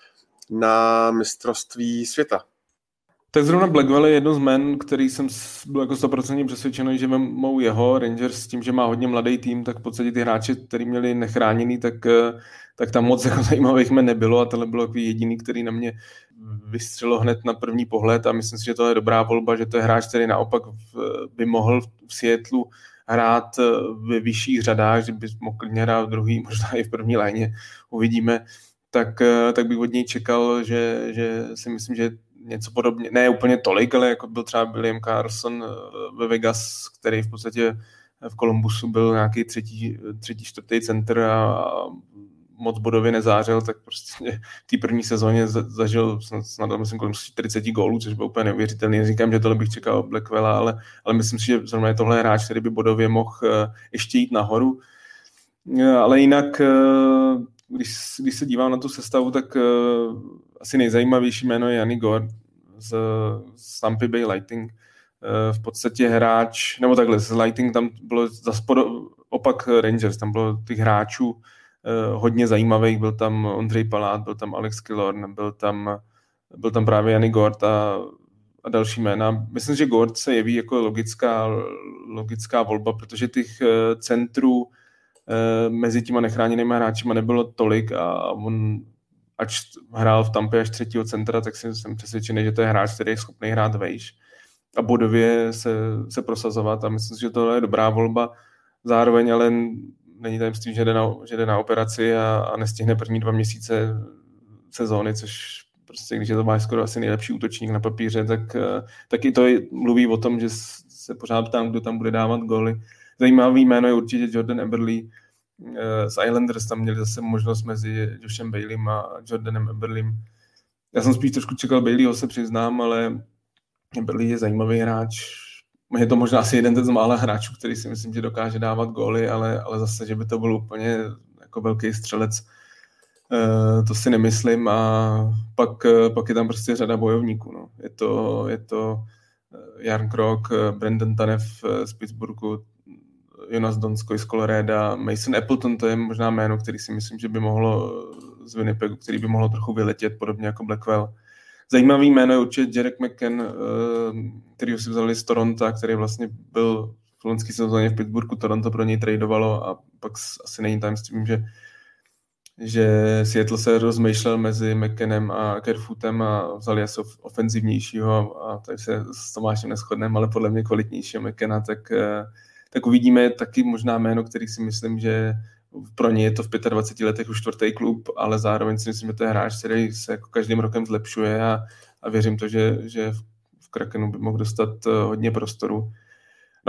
na mistrovství světa. Tak zrovna Blackwell je jedno z men, který jsem byl jako sto procent přesvědčený, že vemou jeho. Rangers s tím, že má hodně mladý tým, tak v podstatě ty hráči, který měli nechráněný, tak, tak tam moc jako zajímavých men nebylo a tohle bylo takový jediný, který na mě vystřelil hned na první pohled a myslím si, že to je dobrá volba, že to je hráč, který naopak by mohl v Seattlu hrát ve vyšších řadách, že by mohl klidně hrát v druhý, možná i v první léně, uvidíme. Tak, tak bych od něj čekal, že, že si myslím, že něco podobně, ne úplně tolik, ale jako byl třeba William Carlson ve Vegas, který v podstatě v Columbusu byl nějaký třetí, třetí čtvrtý center a moc bodově nezářil, tak prostě v té první sezóně zažil snad myslím kolem čtyřicet gólů, což bylo úplně neuvěřitelný. Říkám, že tohle bych čekal od Blackwella, ale, ale myslím si, že zrovna je tohle hráč, který by bodově mohl ještě jít nahoru. Ale jinak, když, když se dívám na tu sestavu, tak asi nejzajímavější jméno je Yanni Gourde z, z Tampa Bay Lightning. V podstatě hráč, nebo takhle, z Lightning tam bylo zase opak Rangers, tam bylo těch hráčů hodně zajímavých, byl tam Ondřej Palát, byl tam Alex Killorn, byl tam, byl tam právě Yanni Gourde a, a další jména. Myslím, že Gourde se jeví jako logická, logická volba, protože těch centrů mezi těma nechráněnými hráčima nebylo tolik a on ač hrál v Tampě až třetího centra, tak jsem přesvědčený, že to je hráč, který je schopný hrát vejš a bodově se, se prosazovat a myslím si, že tohle je dobrá volba. Zároveň ale není tajemství, že jde na, že jde na operaci a, a nestihne první dva měsíce sezóny, což prostě, když je to máš skoro asi nejlepší útočník na papíře, tak, tak i to je, mluví o tom, že se pořád ptám, kdo tam bude dávat góly. Zajímavý jméno je určitě Jordan Eberle z Islanders, tam měli zase možnost mezi Joshem Baileyem a Jordanem Eberlem. Já jsem spíš trošku čekal Baileyho, se přiznám, ale Eberle je zajímavý hráč. Je to možná asi jeden z mála hráčů, který si myslím, že dokáže dávat góly, ale, ale zase, že by to byl úplně jako velký střelec, to si nemyslím. A pak, pak je tam prostě řada bojovníků. No. Je to, je to Jarn Krok, Brandon Tanev z Pittsburghu, Jonas Donskoj z Colorada, Mason Appleton, to je možná jméno, který si myslím, že by mohlo z Winnipegu, který by mohlo trochu vyletět, podobně jako Blackwell. Zajímavý jméno je určitě Jarek McCann, který si vzali z Toronto, který vlastně byl v loňské sezóně v Pittsburghu, Toronto pro něj tradovalo a pak asi není tajemstvím, že, že Seattle se rozmýšlel mezi McCannem a Kerfootem a vzali asi ofenzivnějšího a tady se s Tomášem neshodneme, ale podle mě kvalitnějšího McCanna, tak tak uvidíme taky možná jméno, který si myslím, že pro ně je to v dvaceti pěti letech už čtvrtý klub, ale zároveň si myslím, že to je hráč, který se jako každým rokem zlepšuje a, a věřím to, že, že v Krakenu by mohl dostat hodně prostoru.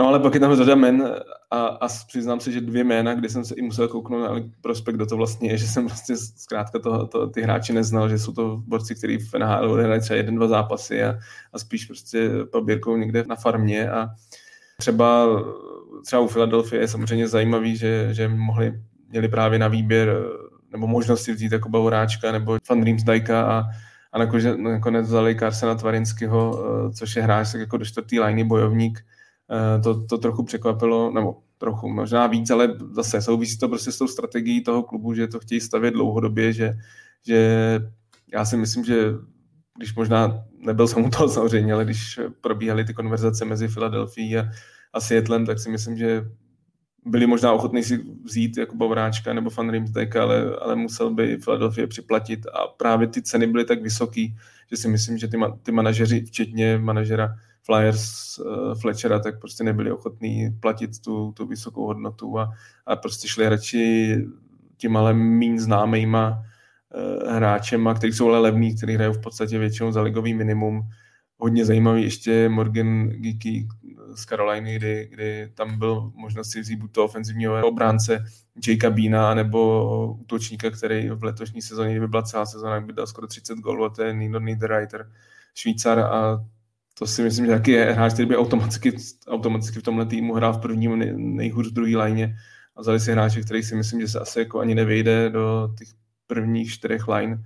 No ale pak je tam řada men a, a přiznám se, že dvě jména, kdy jsem se i musel kouknout na prospekt, kdo to vlastně je, že jsem prostě zkrátka to, to, ty hráči neznal, že jsou to borci, kteří v N H L odehrají třeba jeden, dva zápasy a, a spíš prostě pobírkou někde na farmě a třeba, třeba u Philadelphia je samozřejmě zajímavý, že, že mohli, měli právě na výběr nebo možnosti vzít jako Bavoráčka nebo Van Riemsdijka a, a nakonec, nakonec vzali Karsena Tvarinského, což je hráč tak jako do čtvrtý liney bojovník. To, to trochu překvapilo, nebo trochu možná víc, ale zase souvisí to prostě s tou strategií toho klubu, že to chtějí stavět dlouhodobě, že, že já si myslím, že když možná nebyl jsem u toho samozřejmě, ale když probíhaly ty konverzace mezi Philadelphia a, a Seattlem, tak si myslím, že byli možná ochotní si vzít jako Bavoráčka nebo Van Riemsdijka, ale, ale musel by Philadelphia připlatit a právě ty ceny byly tak vysoký, že si myslím, že ty, ma, ty manažeři, včetně manažera Flyers uh, Fletchera, tak prostě nebyli ochotní platit tu, tu vysokou hodnotu a, a prostě šli radši tím ale míň známejma uh, hráčema, kteří jsou ale levní, kteří hrajou v podstatě většinou za ligový minimum. Hodně zajímavý ještě Morgan Geeky z Caroliny, kdy, kdy tam byl možnost si vzít buď to ofenzivního obránce Jakea Beana, nebo útočníka, který v letošní sezóně, kdyby byla celá sezóna, by dal skoro třicet gólů, a to je Nino Niederreiter, Švýcar, a to si myslím, že taky je hráč, který by automaticky, automaticky v tomhle týmu hrál v prvním, nej, nejhůř v druhé lině a vzali si hráče, který si myslím, že se asi jako ani nevejde do těch prvních čtyřech line.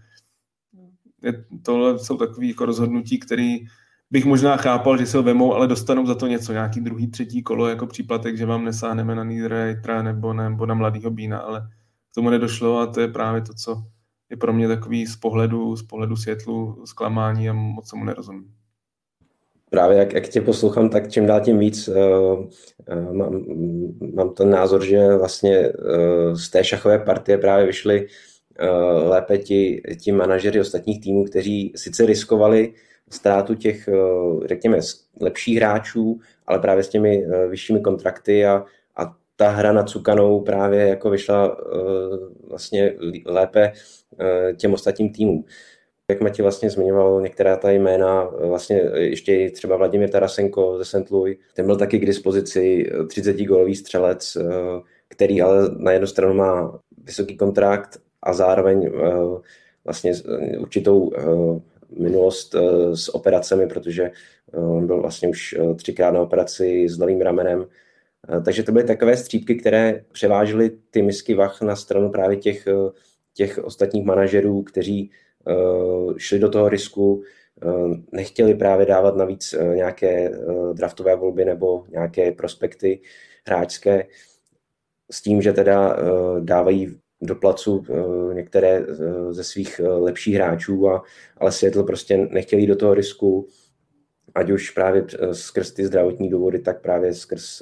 Tohle jsou takové jako rozhodnutí, které bych možná chápal, že se ho vemou, ale dostanou za to něco, nějaký druhý, třetí kolo jako příplatek, že vám nesáhneme na Niederreitera nebo, nebo na mladýho Beana, ale k tomu nedošlo a to je právě to, co je pro mě takový z pohledu, z pohledu Seattlu zklamání a moc se mu nerozumím. Právě jak, jak tě poslouchám, tak čím dál tím víc uh, uh, mám, mám ten názor, že vlastně uh, z té šachové partie právě vyšly uh, lépe ti, ti manažeři ostatních týmů, kteří sice riskovali ztrátu těch, uh, řekněme, lepších hráčů, ale právě s těmi uh, vyššími kontrakty a, a ta hra na cukanou právě jako vyšla uh, vlastně lépe uh, těm ostatním týmům. Jak Matěj vlastně zmiňoval některá ta jména, vlastně ještě třeba Vladimír Tarasenko ze Saint Louis, ten byl taky k dispozici třicetigolový střelec, který ale na jednu stranu má vysoký kontrakt a zároveň vlastně určitou minulost s operacemi, protože on byl vlastně už třikrát na operaci s levým ramenem. Takže to byly takové střípky, které převážily ty misky vah na stranu právě těch, těch ostatních manažerů, kteří šli do toho risku, nechtěli právě dávat navíc nějaké draftové volby nebo nějaké prospekty hráčské s tím, že teda dávají do placu některé ze svých lepších hráčů, a, ale Seattle prostě nechtěli do toho risku, ať už právě skrz ty zdravotní důvody, tak právě skrz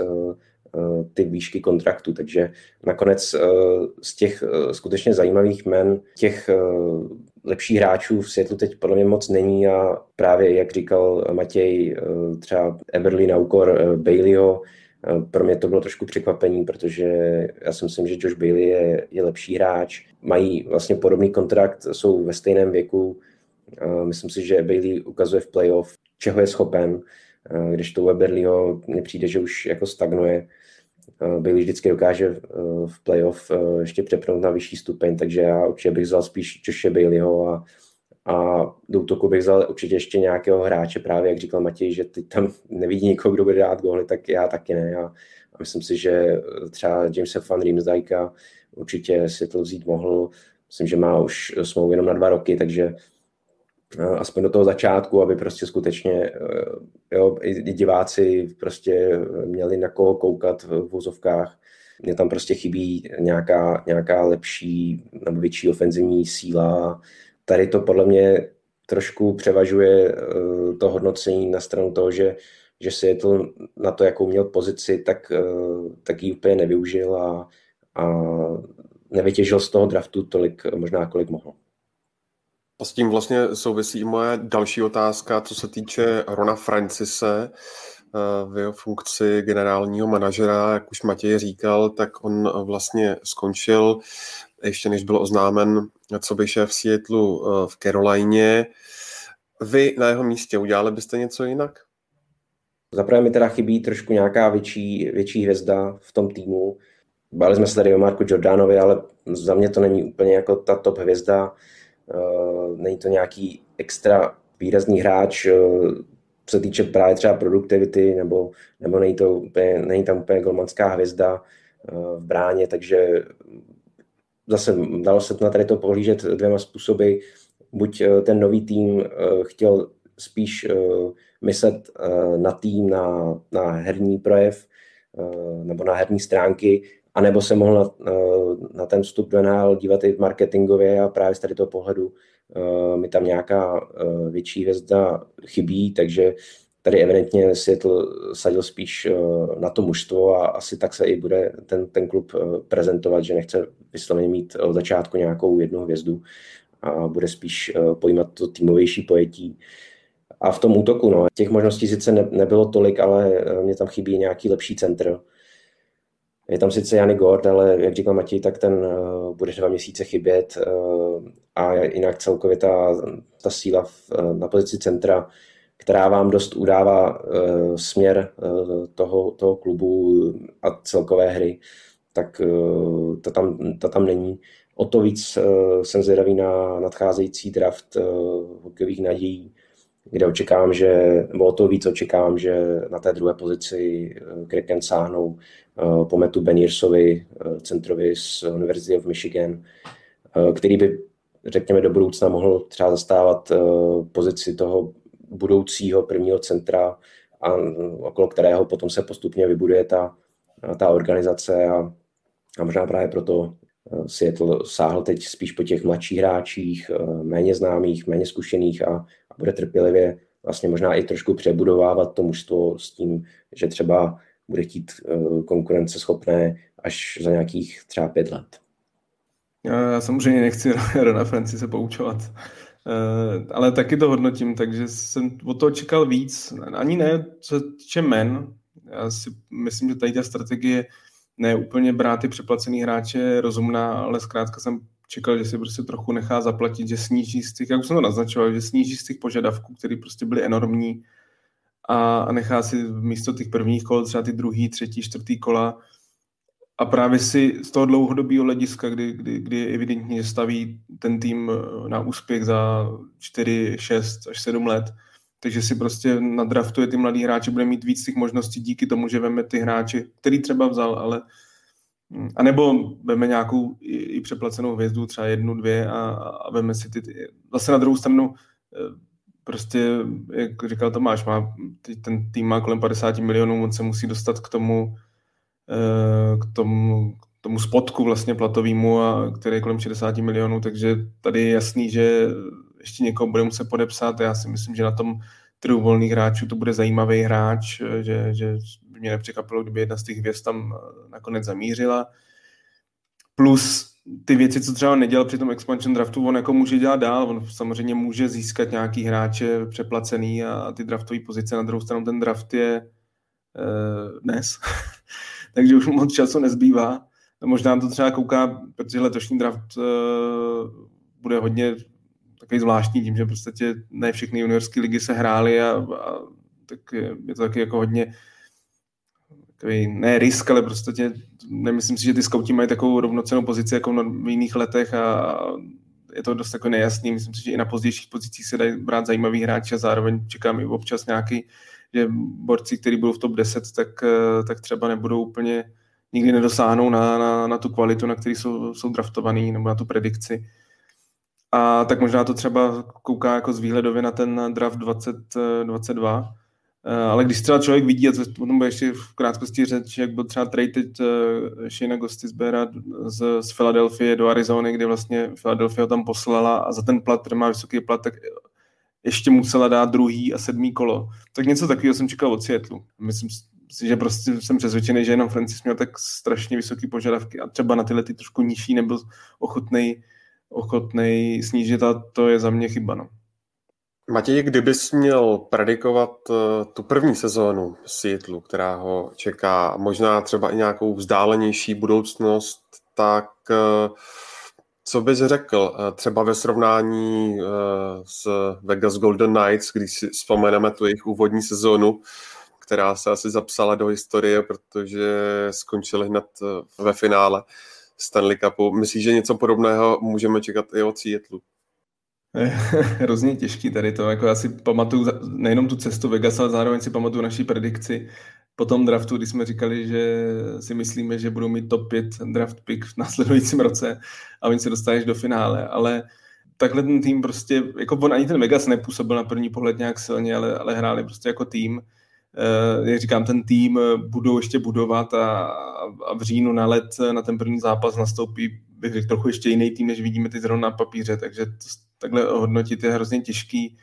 ty výšky kontraktu. Takže nakonec z těch skutečně zajímavých jmen těch lepších hráčů v Seattlu teď podle mě moc není a právě, jak říkal Matěj, třeba Eberle na úkor Baileyho, pro mě to bylo trošku překvapení, protože já si myslím, že Josh Bailey je, je lepší hráč. Mají vlastně podobný kontrakt, jsou ve stejném věku. Myslím si, že Bailey ukazuje v playoff, čeho je schopen, když to u Eberleho mně přijde, že už jako stagnuje. Bailey vždycky dokáže v playoff ještě přepnout na vyšší stupeň, takže já určitě bych vzal spíš Joshe Baileyho a, a do útoku bych vzal určitě ještě nějakého hráče, právě jak říkal Matěj, že teď tam nevidí nikoho, kdo bude dát góly, tak já taky ne. A, a myslím si, že třeba Jamesa Van Riemsdijka určitě Seattle vzít mohl. Myslím, že má už smlouvu jenom na dva roky, takže aspoň do toho začátku, aby prostě skutečně jo, i diváci prostě měli na koho koukat v vozovkách. Mně tam prostě chybí nějaká, nějaká lepší nebo větší ofenzivní síla. Tady to podle mě trošku převažuje to hodnocení na stranu toho, že, že Seattle na to, jakou měl pozici, tak, tak ji úplně nevyužil a, a nevytěžil z toho draftu tolik možná, kolik mohl. A s tím vlastně souvisí i moje další otázka, co se týče Rona Francise v jeho funkci generálního manažera. Jak už Matěj říkal, tak on vlastně skončil, ještě než byl oznámen, co by šéf Seattlu v Carolině. Vy na jeho místě udělali byste něco jinak? Zaprvé mi teda chybí trošku nějaká větší, větší hvězda v tom týmu. Báli jsme se tady o Marku Giordanovi, ale za mě to není úplně jako ta top hvězda. Není to nějaký extra výrazný hráč, co se týče právě třeba produktivity, nebo, nebo není, to úplně, není tam úplně golmanská hvězda v bráně, takže zase dalo se na tady to pohlížet dvěma způsoby. Buď ten nový tým chtěl spíš myslet na tým, na, na herní projev nebo na herní stránky, anebo se mohl na, na ten vstup do N H L dívat i marketingově a právě z tady toho pohledu mi tam nějaká větší hvězda chybí, takže tady evidentně Seattle sadil spíš na to mužstvo a asi tak se i bude ten, ten klub prezentovat, že nechce vysloveně mít od začátku nějakou jednu hvězdu a bude spíš pojímat to týmovější pojetí. A v tom útoku, no, těch možností sice ne, nebylo tolik, ale mě tam chybí nějaký lepší centr. Je tam sice Yannick Gourde, ale jak říkal Matěj, tak ten uh, bude dva měsíce chybět uh, a jinak celkově ta, ta síla v, uh, na pozici centra, která vám dost udává uh, směr uh, toho, toho klubu a celkové hry, tak uh, ta, tam, ta tam není. O to víc uh, jsem zvědavý na nadcházející draft uh, hokejových nadějí, kde očekávám, že, nebo o to víc očekávám, že na té druhé pozici Kraken sáhnou po Mattu Beniersovi, centrovi z University of Michigan, který by, řekněme, do budoucna mohl třeba zastávat pozici toho budoucího prvního centra, a okolo kterého potom se postupně vybuduje ta, ta organizace a, a možná právě proto Seattle sáhl teď spíš po těch mladších hráčích, méně známých, méně zkušených a, a bude trpělivě vlastně možná i trošku přebudovávat to mužstvo s tím, že třeba bude chtít konkurenceschopné až za nějakých třeba pět let. Já samozřejmě nechci Rona Francise poučovat, ale taky to hodnotím, takže jsem od toho čekal víc. Ani ne, co týče men. Já si myslím, že tady ta strategie ne úplně brát ty přeplacený hráče je rozumná, ale zkrátka jsem čekal, že si prostě trochu nechá zaplatit, že sníží z těch, jak už jsem to naznačoval, že sníží z těch požadavků, které prostě byly enormní a nechá si místo těch prvních kol třeba ty druhý, třetí, čtvrtý kola a právě si z toho dlouhodobého hlediska, kdy, kdy, kdy je evidentně, že staví ten tým na úspěch za čtyři, šest až sedm let, takže si prostě nadraftuje ty mladý hráče, bude mít víc těch možností díky tomu, že veme ty hráče, který třeba vzal, ale a nebo veme nějakou i, i přeplacenou hvězdu, třeba jednu, dvě a, a veme si ty, ty. Zase na druhou stranu prostě, jak říkal Tomáš, má, ten tým má kolem padesát milionů, on se musí dostat k tomu k tomu, k tomu spodku vlastně platovému, a který je kolem šedesát milionů, takže tady je jasný, že ještě někoho bude muset podepsat. Já si myslím, že na tom trhu volných hráčů to bude zajímavý hráč, že, že by mě nepřekvapilo, kdyby jedna z těch hvězd tam nakonec zamířila. Plus ty věci, co třeba nedělal při tom expansion draftu, on jako může dělat dál, on samozřejmě může získat nějaký hráče přeplacený a ty draftové pozice, na druhou stranu ten draft je eh, dnes, takže už moc času nezbývá. Možná to třeba kouká, protože letošní draft eh, bude hodně takový zvláštní tím, že v podstatě ne všechny juniorské ligy se hrály a, a tak je, je to taky jako hodně takový, ne risk, ale prostě nemyslím si, že ty skauti mají takovou rovnocennou pozici jako v jiných letech a je to dost takový nejasný. Myslím si, že i na pozdějších pozicích se dají brát zajímavý hráči a zároveň čekám i občas nějaký, že borci, kteří budou v top deset, tak, tak třeba nebudou úplně, nikdy nedosáhnou na, na, na tu kvalitu, na který jsou, jsou draftovaný, nebo na tu predikci. A tak možná to třeba kouká jako z výhledově na ten draft dvacet dvacet dva. Ale když třeba člověk vidí, a to potom bude ještě v krátkosti řeč, jak byl třeba traded Shayna Gostisbehere z, z Philadelphie do Arizony, kde vlastně Philadelphia ho tam poslala a za ten plat, který má vysoký plat, tak ještě musela dát druhý a sedmý kolo. Tak něco takového jsem čekal od Seattle. Myslím si, že prostě jsem přesvědčený, že jenom Francis měl tak strašně vysoký požadavky a třeba na tyhle ty trošku nižší nebyl ochotnej ochotnej snížit a to je za mě chyba. No. Matěj, kdybys měl predikovat uh, tu první sezónu Seattleu, která ho čeká, možná třeba i nějakou vzdálenější budoucnost, tak uh, co bys řekl uh, třeba ve srovnání uh, s Vegas Golden Knights, když si vzpomeneme tu jejich úvodní sezónu, která se asi zapsala do historie, protože skončili hned ve finále Stanley Cupu. Myslíš, že něco podobného můžeme čekat i od Seattlu? Hrozně těžký tady to, jako já si pamatuju nejenom tu cestu Vegas, ale zároveň si pamatuju naší predikci po tom draftu, kdy jsme říkali, že si myslíme, že budou mít top pět draft pick v následujícím roce a oni se dostaneš do finále, ale takhle ten tým prostě, jako on ani ten Vegas nepůsobil na první pohled nějak silně, ale, ale hráli prostě jako tým. Uh, jak říkám, ten tým budou ještě budovat a, a v říjnu na let na ten první zápas nastoupí, bych řekl, trochu ještě jiný tým, než vidíme ty zrovna na papíře, takže to, takhle hodnotit je hrozně těžký.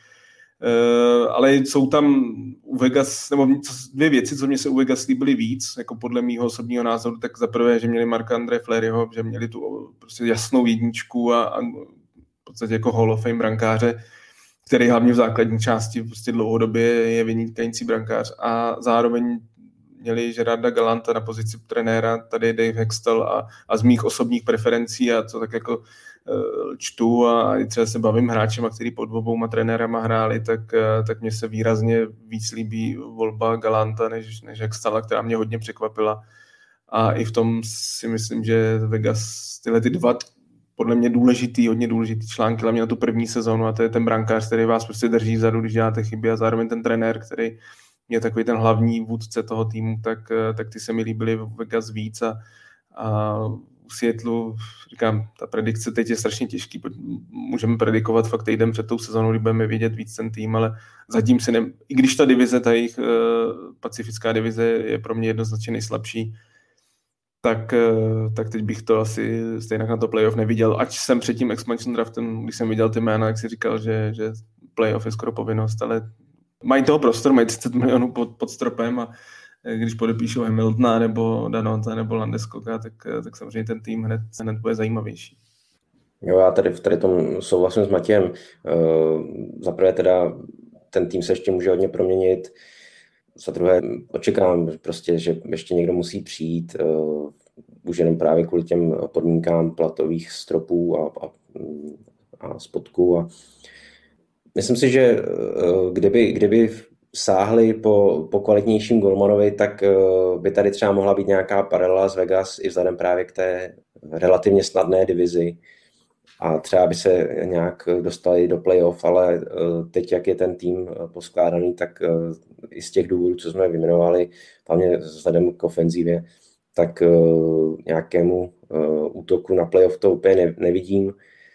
Uh, ale jsou tam u Vegas, nebo dvě věci, co mě se u Vegas líbily víc, jako podle mýho osobního názoru, tak za prvé, že měli Marc-André Fleuryho, že měli tu prostě jasnou jedničku a, a v podstatě jako Hall of Fame brankáře, který hlavně v základní části prostě dlouhodobě je vynikající brankář, a zároveň měli Gerarda Gallanta na pozici trenéra, tady je Dave Hextall, a, a z mých osobních preferencí a co tak jako uh, čtu a i třeba se bavím hráčema, který pod obouma trenérama hráli, tak, uh, tak mně se výrazně víc líbí volba Gallanta než, než Hextalla, která mě hodně překvapila, a i v tom si myslím, že Vegas tyhle ty dva podle mě důležitý, hodně důležitý články, hlavně na tu první sezónu, a to je ten brankář, který vás prostě drží vzadu, když děláte chyby, a zároveň ten trenér, který je takový ten hlavní vůdce toho týmu, tak, tak ty se mi líbily v Vegas víc, a, a u Seattlu, říkám, ta predikce teď je strašně těžký, můžeme predikovat fakt týden před tou sezónou, kdy budeme vidět víc ten tým, ale zatím si ne, i když ta divize, ta jejich uh, pacifická divize je pro mě jednoznačně nejslabší, tak, tak teď bych to asi stejně na to playoff neviděl, ať jsem před tím expansion draftem, když jsem viděl ty jména, jak si říkal, že, že playoff je skoro povinnost, ale mají toho prostor, mají třicet milionů pod, pod stropem, a když podepíšou Hamiltona nebo Danota nebo Landeskoga, tak, tak samozřejmě ten tým hned, hned bude zajímavější. Jo, já tady v tady tom souhlasím s Matějem. Uh, zaprvé teda ten tým se ještě může hodně proměnit. Za druhé očekávám prostě, že ještě někdo musí přijít, uh, už jenom právě kvůli těm podmínkám platových stropů a, a, a spodků. A myslím si, že uh, kdyby, kdyby sáhli po, po kvalitnějším golmanovi, tak uh, by tady třeba mohla být nějaká paralela z Vegas i vzhledem právě k té relativně snadné divizi. A třeba by se nějak dostali do playoff, ale teď, jak je ten tým poskládaný, tak i z těch důvodů, co jsme vyjmenovali, hlavně vzhledem k ofenzívě, tak nějakému útoku na playoff to úplně nevidím.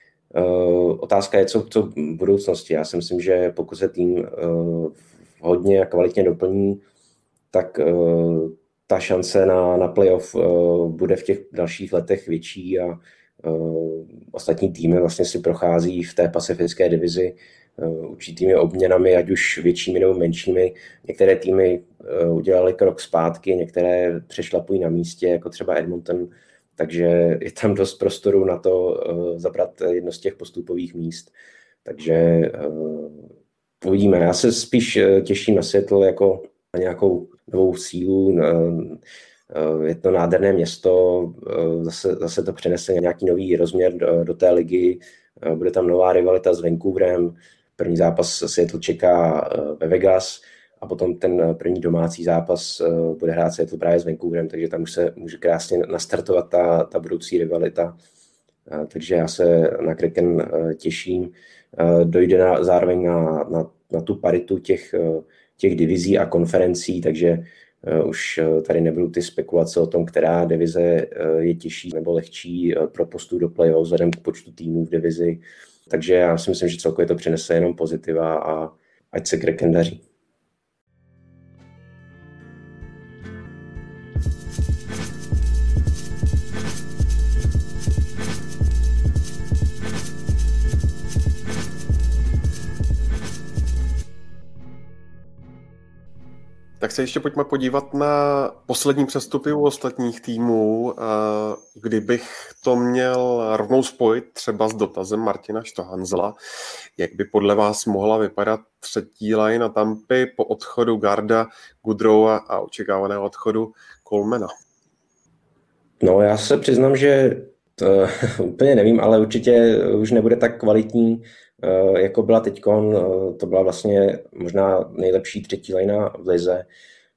Otázka je, co, co v budoucnosti. Já si myslím, že pokud se tým hodně a kvalitně doplní, tak ta šance na, na playoff bude v těch dalších letech větší, a Uh, ostatní týmy vlastně si prochází v té pacifické divizi uh, určitými obměnami, ať už většími nebo menšími. Některé týmy uh, udělali krok zpátky, některé přešlapují na místě, jako třeba Edmonton, takže je tam dost prostoru na to uh, zabrat jedno z těch postupových míst. Takže uh, uvidíme. Já se spíš uh, těším na Seattle jako na nějakou novou sílu. Uh, Je to nádherné město, zase, zase to přenese nějaký nový rozměr do, do té ligy, bude tam nová rivalita s Vancouverem, první zápas Seattle čeká ve Vegas a potom ten první domácí zápas bude hrát Seattle právě s Vancouverem, takže tam už se může krásně nastartovat ta, ta budoucí rivalita. Takže já se na Kraken těším. Dojde na, zároveň na, na, na tu paritu těch, těch divizí a konferencí, takže už tady nebudou ty spekulace o tom, která divize je těžší nebo lehčí pro postup do playoff vzhledem k počtu týmů v divizi. Takže já si myslím, že celkově to přinese jenom pozitiva a ať se Kraken daří. Tak se ještě pojďme podívat na poslední přestupy u ostatních týmů. Kdybych to měl rovnou spojit třeba s dotazem Martina Štohanzla, jak by podle vás mohla vypadat třetí line na Tampy po odchodu Garda, Goodrowa a očekávaného odchodu Colemana? No, já se přiznám, že to úplně nevím, ale určitě už nebude tak kvalitní, jako byla teďkon. To byla vlastně možná nejlepší třetí lajna v lize.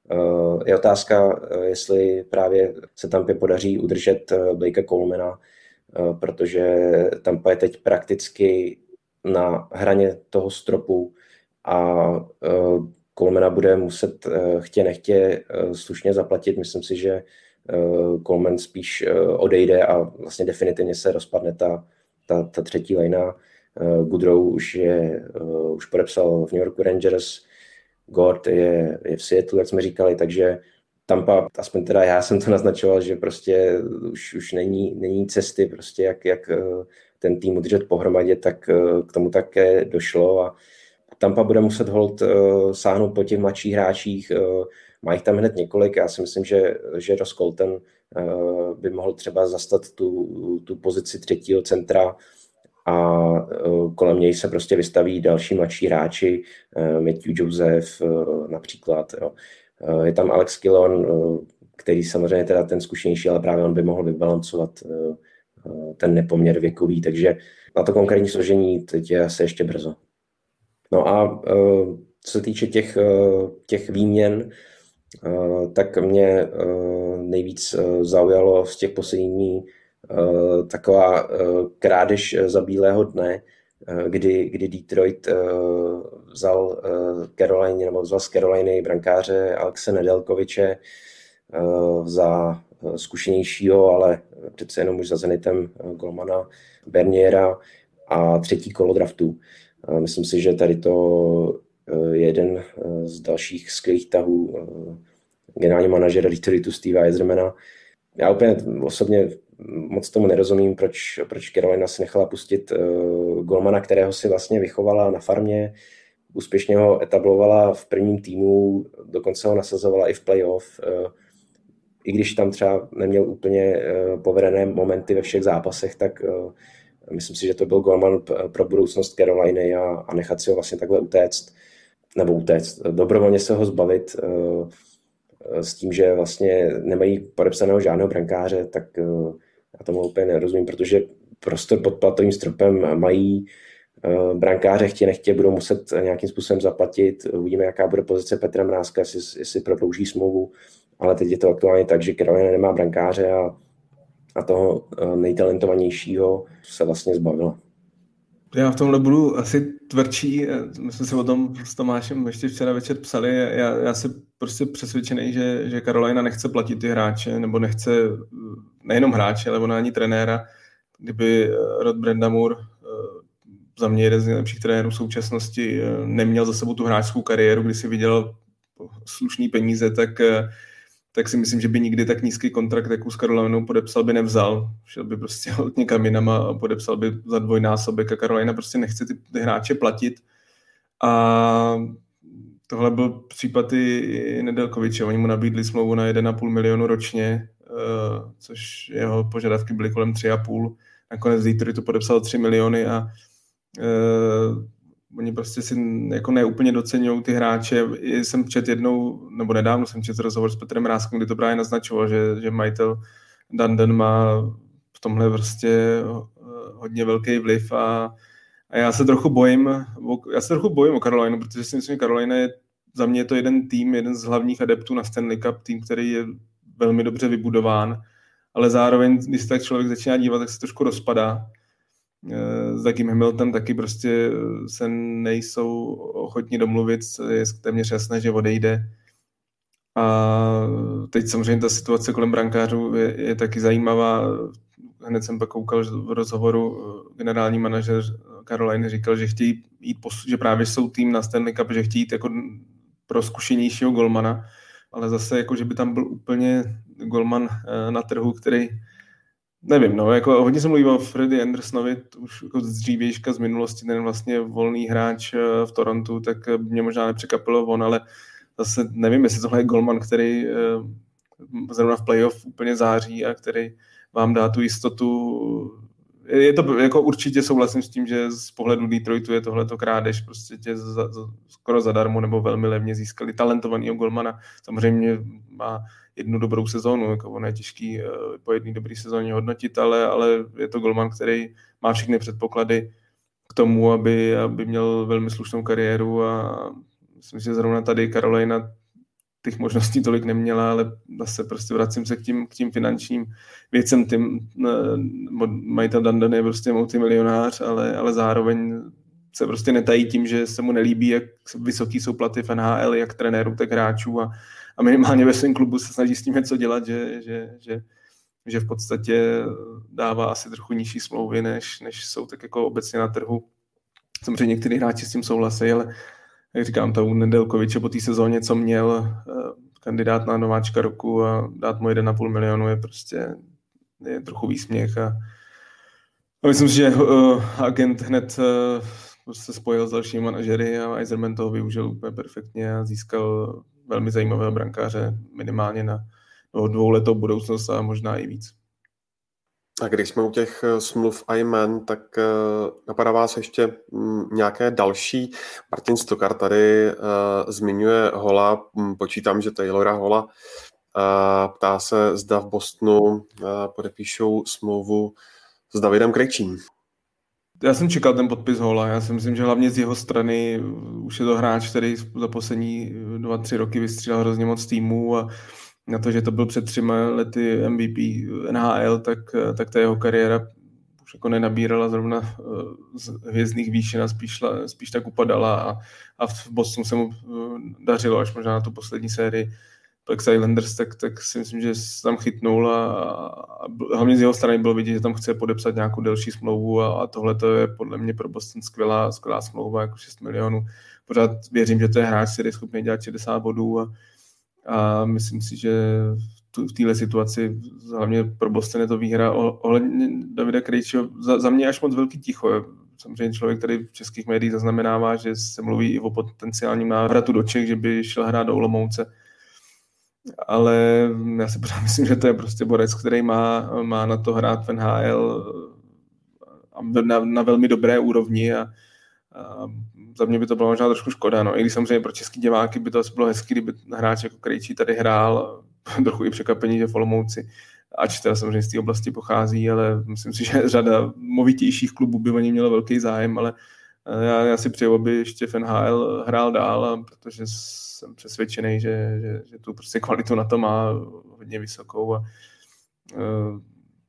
Je otázka, jestli právě se Tampě podaří udržet Blakea Colemana, protože Tampa je teď prakticky na hraně toho stropu a Colemana bude muset chtě nechtě slušně zaplatit. Myslím si, že Coleman spíš odejde a vlastně definitivně se rozpadne ta, ta, ta třetí lajna. Goodrow už, je, už podepsal v New Yorku Rangers, Gord je, je v Seattle, jak jsme říkali, takže Tampa, aspoň teda já jsem to naznačoval, že prostě už, už není, není cesty, prostě jak, jak ten tým udržet pohromadě, tak k tomu také došlo a Tampa bude muset hold sáhnout po těch mladších hráčích, má jich tam hned několik, já si myslím, že, že Ross Colton by mohl třeba zastat tu, tu pozici třetího centra a kolem něj se prostě vystaví další mladší hráči, Matthew Joseph například, jo. Je tam Alex Killorn, který samozřejmě teda ten zkušenější, ale právě on by mohl vybalancovat ten nepoměr věkový, takže na to konkrétní složení teď je asi ještě brzo. No a co se týče těch, těch výměn, tak mě nejvíc zaujalo z těch posledních taková krádež za bílého dne, kdy, kdy Detroit vzal Carolina, nebo vzal z Caroliny brankáře Alexe Nedeljkoviče za zkušenějšího, ale přece jenom už za Zenitem golmana Berniera a třetí kolo draftu. Myslím si, že tady to je jeden z dalších skvělých tahů generální manažera Detroitu Stevea Yzermana. Já úplně osobně moc tomu nerozumím, proč, proč Carolina si nechala pustit uh, golmana, kterého si vlastně vychovala na farmě, úspěšně ho etablovala v prvním týmu, dokonce ho nasazovala i v playoff, uh, i když tam třeba neměl úplně uh, povedené momenty ve všech zápasech, tak uh, myslím si, že to byl golman pro budoucnost Caroliny a, a nechat si ho vlastně takhle utéct, nebo utéct, dobrovolně se ho zbavit uh, s tím, že vlastně nemají podepsaného žádného brankáře, tak uh, já tomu úplně nerozumím, protože prostor pod platovým stropem mají uh, brankáře, chtě nechtě, budou muset nějakým způsobem zaplatit. Uvidíme, jaká bude pozice Petra Mrázka, jestli, jestli prodlouží smlouvu, ale teď je to aktuálně tak, že Carolina nemá brankáře a, a toho uh, nejtalentovanějšího se vlastně zbavila. Já v tomhle budu asi tvrdší, my jsme si o tom s Tomášem ještě včera večer psali, já, já jsem prostě přesvědčený, že, že Carolina nechce platit ty hráče, nebo nechce nejenom hráče, ale ona ani trenéra. Kdyby Rod Brind'Amour, za mě jeden z nejlepších trenérů v současnosti, neměl za sebou tu hráčskou kariéru, kdy si vydělal slušný peníze, tak, tak si myslím, že by nikdy tak nízký kontrakt, jakou s Carolinou podepsal, by nevzal. Šel by prostě někam jinam a podepsal by za dvojnásobek a Carolina prostě nechce ty, ty hráče platit. A tohle byl případ i Nedeljkoviče. Oni mu nabídli smlouvu na jeden a půl milionu ročně, což jeho požadavky byly kolem tři a půl. Nakonec Detroit to podepsal tři miliony a uh, oni prostě si jako neúplně doceňují ty hráče. Jsem četl jednou, nebo nedávno jsem četl rozhovor s Petrem Mrázkem, kdy to právě naznačoval, že, že majitel Dundon má v tomhle prostě hodně velký vliv a, a já se trochu bojím, já se trochu bojím o Carolinu, protože si myslím, že Carolina je, za mě je to jeden tým, jeden z hlavních adeptů na Stanley Cup, tým, který je velmi dobře vybudován, ale zároveň, když se tak člověk začíná dívat, tak se trošku rozpadá. S takým Hamiltonem taky prostě se nejsou ochotní domluvit, je téměř jasné, že odejde. A teď samozřejmě ta situace kolem brankářů je, je taky zajímavá. Hned jsem pak koukal v rozhovoru, generální manažer Caroliny říkal, že chtějí jít, že právě jsou tým na Stanley Cup, že chtějí jít jako pro zkušenějšího golmana, ale zase jako, že by tam byl úplně golman na trhu, který nevím, no, jako hodně jsem mluvil o Freddie Andersonovi, už jako z dřívějška z minulosti, ten vlastně volný hráč v Torontu, tak mě možná nepřekvapilo on, ale zase nevím, jestli tohle je golman, který zrovna v playoff úplně září a který vám dá tu jistotu. Je to, jako určitě souhlasím s tím, že z pohledu Detroitu je tohleto krádež, prostě tě za, za, skoro zadarmo nebo velmi levně získali talentovanýho golmana. Samozřejmě má jednu dobrou sezónu, jako ono je těžký po jedné dobré sezóně hodnotit, ale, ale je to golman, který má všechny předpoklady k tomu, aby, aby měl velmi slušnou kariéru a myslím, že zrovna tady Carolina těch možností tolik neměla, ale zase prostě vracím se k tím, k tím finančním věcem. Tím, majitel Dundon je prostě multimilionář, ale, ale zároveň se prostě netají tím, že se mu nelíbí, jak vysoký jsou platy v N H L, jak trenérů, tak hráčů a, a minimálně ve svém klubu se snaží s tím něco dělat, že, že, že, že v podstatě dává asi trochu nižší smlouvy, než, než jsou tak jako obecně na trhu. Samozřejmě někteří hráči s tím souhlasí, ale jak říkám, ta u Nedeljkoviče po té sezóně, co měl kandidát na nováčka roku a dát mu jeden a půl milionu je prostě je trochu výsměch a, a myslím si, že uh, agent hned uh, se spojil s dalšími manažery a Yzerman toho využil úplně perfektně a získal velmi zajímavého brankáře minimálně na dvouletou budoucnost a možná i víc. A když jsme u těch smluv a jmen, tak napadá vás ještě nějaké další. Martin Stokar tady uh, zmiňuje Hola, počítám, že Taylora Hola. Uh, ptá se, zda v Bostonu uh, podepíšou smlouvu s Davidem Krejčím. Já jsem čekal ten podpis Hola. Já si myslím, že hlavně z jeho strany už je to hráč, který za poslední dva, tři roky vystřídal hrozně moc týmů a na to, že to byl před třema lety M V P N H L, tak, tak ta jeho kariéra už jako nenabírala zrovna z hvězdných výšin a spíš, spíš tak upadala a, a v Bostonu se mu dařilo až možná na tu poslední sérii Plex Islanders, tak, tak si myslím, že se tam chytnul a, a hlavně z jeho strany bylo vidět, že tam chce podepsat nějakou delší smlouvu a, a tohle to je podle mě pro Boston skvělá, skvělá smlouva, jako šest milionů. Pořád věřím, že to je hráč, který je schopný dělat šedesát bodů a A myslím si, že v téhle situaci hlavně pro Boston je to výhra. Ohledně Davida Krejčího, za, za mě až moc velký ticho. Samozřejmě člověk tady v českých médiích zaznamenává, že se mluví i o potenciálním návratu do Čech, že by šel hrát do Olomouce. Ale já si pořád myslím, že to je prostě borec, který má, má na to hrát v N H L na, na velmi dobré úrovni a, a za mě by to bylo možná trošku škoda, no. I když samozřejmě pro český diváky by to asi bylo hezký, kdyby hráč jako Krejčí tady hrál, trochu i překvapení, že v Olomouci, ač teda samozřejmě z té oblasti pochází, ale myslím si, že řada movitějších klubů by o něj mělo velký zájem, ale já, já si přeju, aby ještě v N H L hrál dál, protože jsem přesvědčený, že, že, že tu prostě kvalitu na to má hodně vysokou a uh,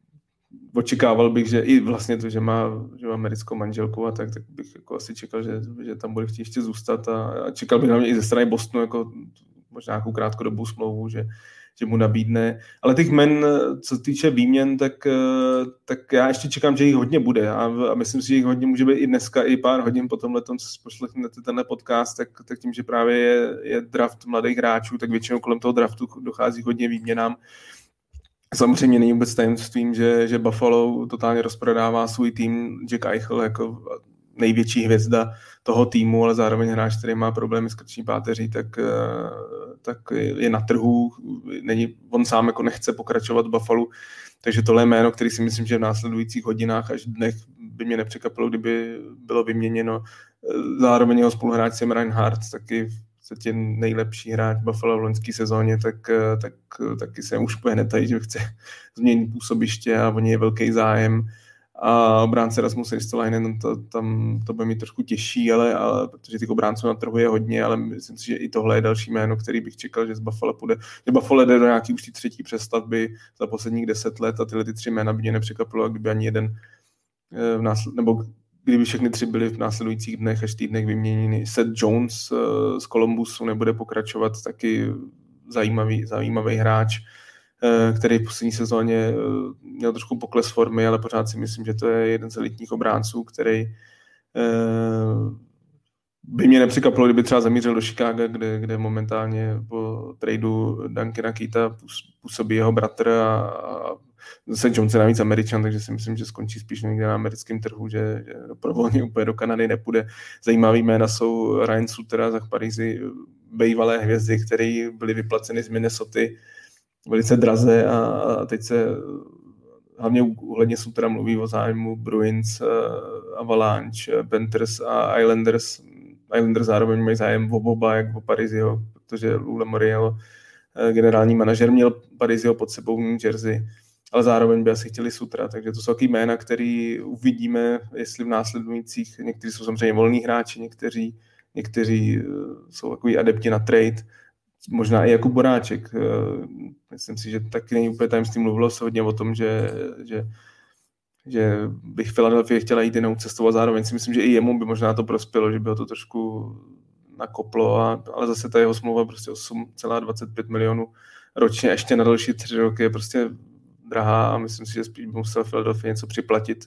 očekával bych, že i vlastně to, že má, že má americkou manželku a tak, tak bych jako asi čekal, že, že tam bude chtít ještě zůstat a, a čekal bych hlavně i ze strany Bostonu jako možná nějakou krátkodobou smlouvu, že, že mu nabídne. Ale těch men, co týče výměn, tak, tak já ještě čekám, že jich hodně bude a, a myslím si, že jich hodně může být i dneska, i pár hodin po tomhle, co poslechnete tenhle podcast, tak, tak tím, že právě je, je draft mladých hráčů, tak většinou kolem toho draftu dochází hodně výměnám. Samozřejmě není vůbec tajemstvím, že, že Buffalo totálně rozprodává svůj tým. Jack Eichel jako největší hvězda toho týmu, ale zároveň hráč, který má problémy s krční páteří, tak, tak je na trhu. Není, on sám jako nechce pokračovat v Buffalo, takže tohle je jméno, který si myslím, že v následujících hodinách až dnech by mě nepřekvapilo, kdyby bylo vyměněno. Zároveň jeho spoluhráč Sam Reinhart, taky je nejlepší hráč Buffalo v loňské sezóně, tak, tak taky se už úplně netají, že chce změnit působiště a o něj je velký zájem. A obránce Rasmus Ristolainen, to, tam to bude mít trošku těžší, ale, ale protože těch obránců na trhu je hodně, ale myslím si, že i tohle je další jméno, který bych čekal, že z Buffalo půjde. Že Buffalo jde do nějaký už třetí přestavby za posledních deset let a tyhle ty tři jména by mě nepřekvapilo, kdyby ani jeden v násled, nebo kdyby všechny tři byly v následujících dnech až týdnech vyměněny. Seth Jones z Columbusu nebude pokračovat, taky zajímavý, zajímavý hráč, který v poslední sezóně měl trošku pokles formy, ale pořád si myslím, že to je jeden z elitních obránců, který by mě nepřekvapilo, kdyby třeba zamířil do Chicaga, kde, kde momentálně po tradu Duncana Keita působí jeho bratr a, a Seth Jones je navíc Američan, takže si myslím, že skončí spíš někde na americkém trhu, že, že dobrovolně úplně do Kanady nepůjde. Zajímavý jména jsou Ryan Suter a Zach Parise, bývalé hvězdy, které byly vyplaceny z Minnesoty velice draze a, a teď se hlavně ohledně Sutera mluví o zájmu Bruins, Avalanche, Panthers a Islanders. Islanders zároveň mají zájem o oba, jak o Pariseho, protože Lou Lamoriello, generální manažer, měl Pariseho pod sebou v New Jersey, ale zároveň by asi chtěli Sutera, takže to jsou taky jména, který uvidíme, jestli v následujících, někteří jsou samozřejmě volní hráči, někteří, někteří jsou takový adepti na trade, možná i Jakub Boráček. Myslím si, že taky není úplně tajemství, mluvilo se hodně o tom, že, že, že bych Philadelphia chtěla jít jinou cestou a zároveň si myslím, že i jemu by možná to prospělo, že by ho to trošku nakoplo, a, ale zase ta jeho smlouva prostě osm celá dvacet pět milionů ročně ještě na další tři roky je prostě drahá a myslím si, že spíš by musel Philadelphia něco připlatit,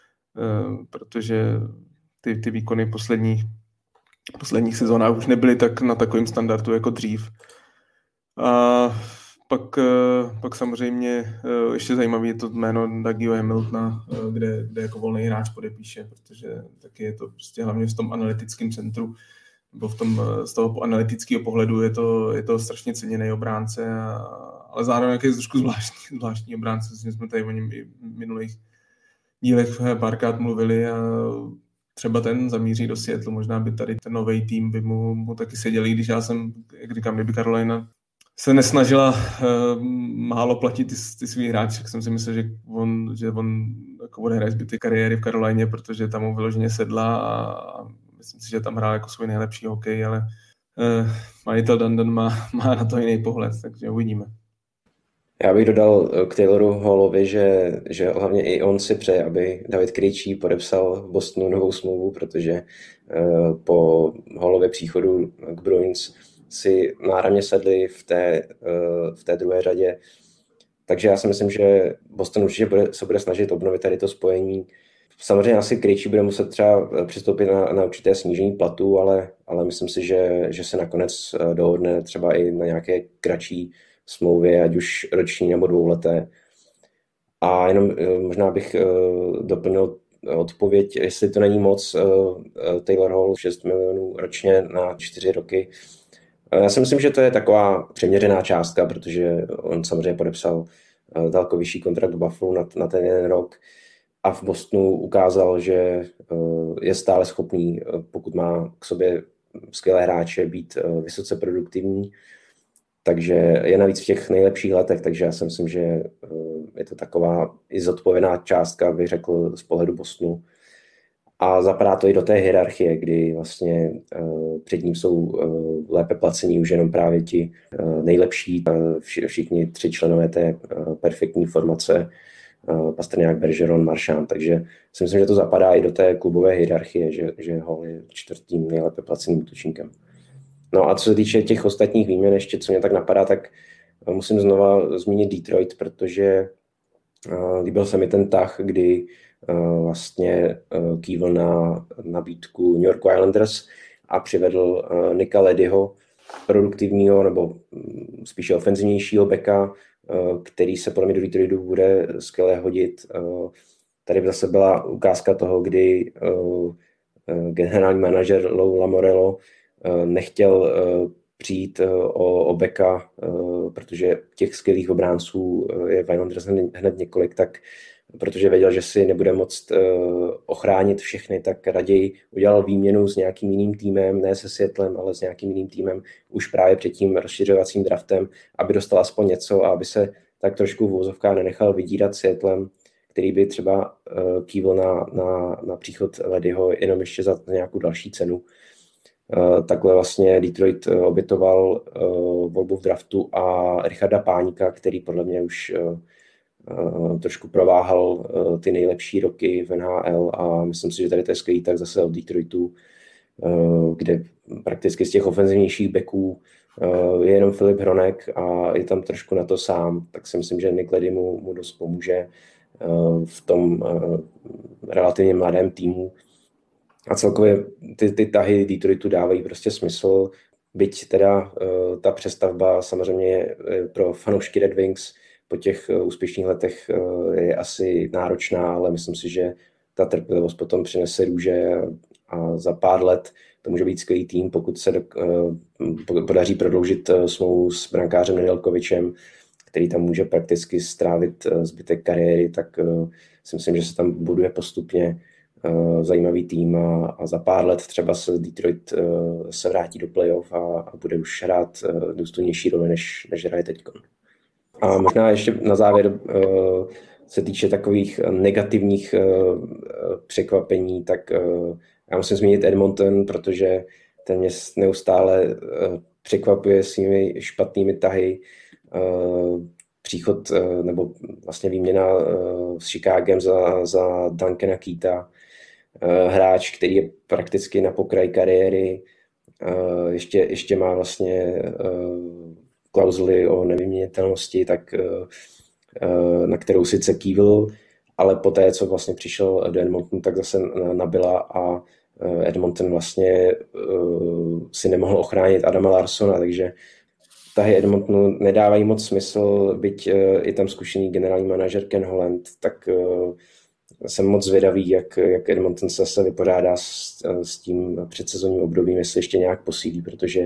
protože ty, ty výkony posledních posledních sezónách už nebyly tak na takovém standardu jako dřív. A pak, pak samozřejmě ještě zajímavý je to jméno Dougieho Hamiltona, kde, kde jako volný hráč podepíše, protože taky je to prostě hlavně v tom analytickém centru, nebo v tom, z toho analytického pohledu je to, je to strašně ceněný obránce, a, ale zároveň je trošku zvláštní, zvláštní obránce, jsme tady o něm i v minulých dílech párkrát mluvili a třeba ten zamíří do Seattle, možná by tady ten nový tým by mu, mu taky seděli, když já jsem, jak říkám, kdyby Carolina se nesnažila uh, málo platit ty, ty svý hráči, tak jsem si myslel, že on, že on jako bude hrát zbytek kariéry v Karolíně, protože tam mu vyloženě sedla a, a myslím si, že tam hrál jako svůj nejlepší hokej, ale uh, majitel Dundon má, má na to jiný pohled, takže uvidíme. Já bych dodal k Tayloru Hallovi, že, že hlavně i on si přeje, aby David Krejčí podepsal v Bostonu novou smlouvu, protože uh, po Hallově příchodu k Bruins si náramně sedli v té, uh, v té druhé řadě. Takže já si myslím, že Boston určitě bude, se bude snažit obnovit tady to spojení. Samozřejmě asi Krejčí bude muset třeba přistoupit na, na určité snížení platů, ale, ale myslím si, že, že se nakonec dohodne třeba i na nějaké kratší smlouvě, ať už roční nebo dvouleté. A jenom možná bych uh, doplnil odpověď, jestli to není moc, uh, Taylor Hall šest milionů ročně na čtyři roky. Uh, já si myslím, že to je taková přeměřená částka, protože on samozřejmě podepsal uh, daleko vyšší kontrakt v Buffalo na, na ten jeden rok a v Bostonu ukázal, že uh, je stále schopný, uh, pokud má k sobě skvělé hráče, být uh, vysoce produktivní. Takže je navíc v těch nejlepších letech, takže já si myslím, že je to taková i zodpovědná částka, bych řekl, z pohledu Bostonu. A zapadá to i do té hierarchie, kdy vlastně před ním jsou lépe placení už jenom právě ti nejlepší, všichni tři členové té perfektní formace, Pastrňák, Bergeron, Marchand. Takže si myslím, že to zapadá i do té klubové hierarchie, že, že Hall je čtvrtým nejlépe placeným útočníkem. No a co se týče těch ostatních výměn, ještě co mě tak napadá, tak musím znova zmínit Detroit, protože uh, líbil se mi ten tah, kdy uh, vlastně uh, kývl na nabídku New York Islanders a přivedl uh, Nicka Leddyho, produktivního nebo spíše ofenzivnějšího beka, uh, který se podle mě do Detroitu bude skvěle hodit. Uh, tady zase byla ukázka toho, kdy uh, generální manažer Lou Lamoriello nechtěl přijít o, o beka, protože těch skvělých obránců je v Islanders hned několik, tak protože věděl, že si nebude moct ochránit všechny, tak raději udělal výměnu s nějakým jiným týmem, ne se Seattlem, ale s nějakým jiným týmem už právě před tím rozšiřovacím draftem, aby dostal aspoň něco a aby se tak trošku v úvozovkách nenechal vydírat Seattlem, který by třeba kývl na, na, na příchod Leddyho jenom ještě za nějakou další cenu. Takhle vlastně Detroit obětoval volbu v draftu a Richarda Pánika, který podle mě už trošku prováhal ty nejlepší roky v N H L a myslím si, že tady to je skvělý tak zase od Detroitu, kde prakticky z těch ofenzivnějších backů je jenom Filip Hronek a je tam trošku na to sám, tak si myslím, že Nick Leddy mu, mu dost pomůže v tom relativně mladém týmu. A celkově ty, ty tahy Detroitu dávají prostě smysl, byť teda uh, ta přestavba samozřejmě pro fanoušky Red Wings po těch uh, úspěšných letech uh, je asi náročná, ale myslím si, že ta trpělivost potom přinese růže a, a za pár let to může být skvělý tým, pokud se do, uh, podaří prodloužit uh, smlouvu s brankářem Nedeljkovičem, který tam může prakticky strávit uh, zbytek kariéry, tak uh, si myslím, že se tam buduje postupně zajímavý tým a, a za pár let třeba se Detroit uh, se vrátí do playoff a, a bude už hrát uh, důstojnější roli, než, než hraje teď. A možná ještě na závěr uh, se týče takových negativních uh, překvapení, tak uh, já musím zmínit Edmonton, protože ten mě neustále uh, překvapuje svými špatnými tahy. Příchod nebo vlastně výměna s Chicagem za, za Duncana Keita, hráč, který je prakticky na pokraji kariéry, ještě, ještě má vlastně klauzuly o nevyměnitelnosti, tak na kterou sice kývil, ale poté, co vlastně přišel do Edmontonu, tak zase nabila a Edmonton vlastně si nemohl ochránit Adama Larsona, takže tahy Edmontonu nedávají moc smysl, byť i tam zkušený generální manažer Ken Holland, tak jsem moc zvědavý, jak, jak Edmonton se zase vypořádá s, s tím předsezonním obdobím, jestli ještě nějak posílí, protože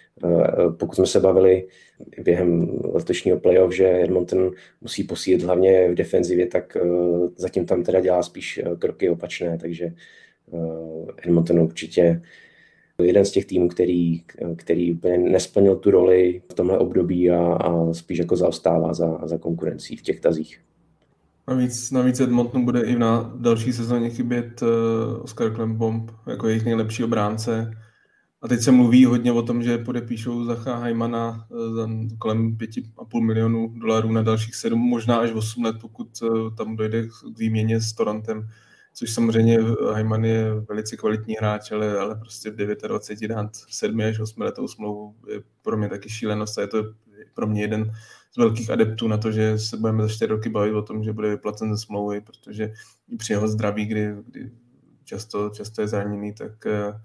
pokud jsme se bavili během letošního playoff, že Edmonton musí posílit hlavně v defenzivě, tak zatím tam teda dělá spíš kroky opačné, takže Edmonton určitě jeden z těch týmů, který, který úplně nesplnil tu roli v tomhle období a, a spíš jako zaostává za, za konkurencí v těch tazích. Navíc, navíc Edmontonu bude i na další sezóně chybět uh, Oscar Klempbom jako jejich nejlepší obránce. A teď se mluví hodně o tom, že podepíšou Zacha Hymana za kolem pět a půl milionů dolarů na dalších sedm, možná až osm let, pokud tam dojde k výměně s Torontem, což samozřejmě Hyman je velice kvalitní hráč, ale, ale prostě v dvacet devět dát sedm až osm letou smlouvu je pro mě taky šílenost a je to pro mě jeden z velkých adeptů na to, že se budeme za čtyři roky bavit o tom, že bude vyplacen ze smlouvy, protože i při jeho zdraví, kdy, kdy často, často je zraněný, tak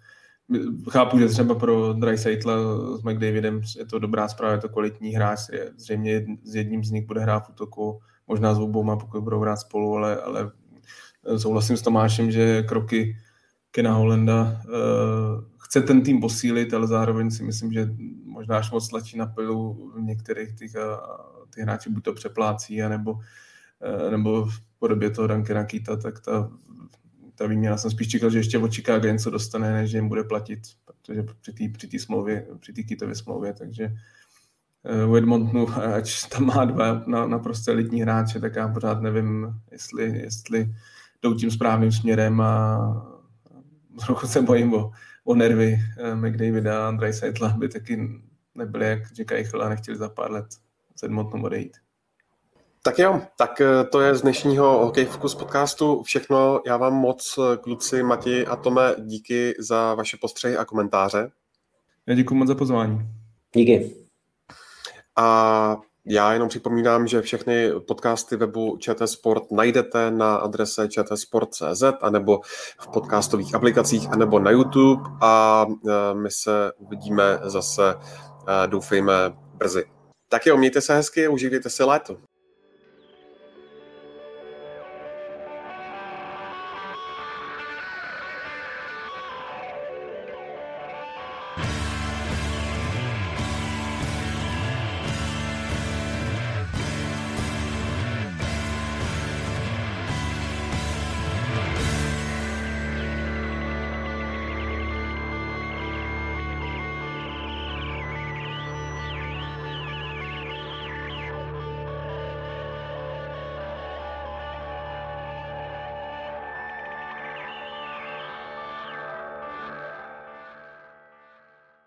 chápu, že třeba pro Dreisaitla s McDavidem je to dobrá zpráva, je to kvalitní hráč, zřejmě s jedním z nich bude hrát v útoku, možná s obouma, pokud budou hrát spolu, ale, ale souhlasím s Tomášem, že kroky Kena Hollanda uh, chce ten tým posílit, ale zároveň si myslím, že možná až moc tlačí na pilu v některých těch ty hráči buď to přeplácí, anebo, uh, nebo v podobě toho Duncana Keita, tak ta ta výměna, jsem spíš čekal, že ještě od Chicago něco dostane, než jim bude platit, protože při té při té smlouvě, při té Keatově smlouvě, takže u Edmontonu, ač tam má dva naprosto elitní hráče, tak já pořád nevím, jestli, jestli jdou tím správným směrem a trochu se bojím o, o nervy McDavida a Dreisaitla, by taky nebyli jak Jack Eichel a nechtěli za pár let z Edmontonu odejít. Tak jo, tak to je z dnešního Hokej Focus podcastu všechno. Já vám moc, kluci, Mati a Tome, díky za vaše postřehy a komentáře. Já děkuji moc za pozvání. Díky. A já jenom připomínám, že všechny podcasty webu ČT Sport najdete na adrese čtsport tečka cz anebo v podcastových aplikacích anebo na YouTube a my se uvidíme zase, doufejme, brzy. Tak jo, mějte se hezky a užívejte si léto.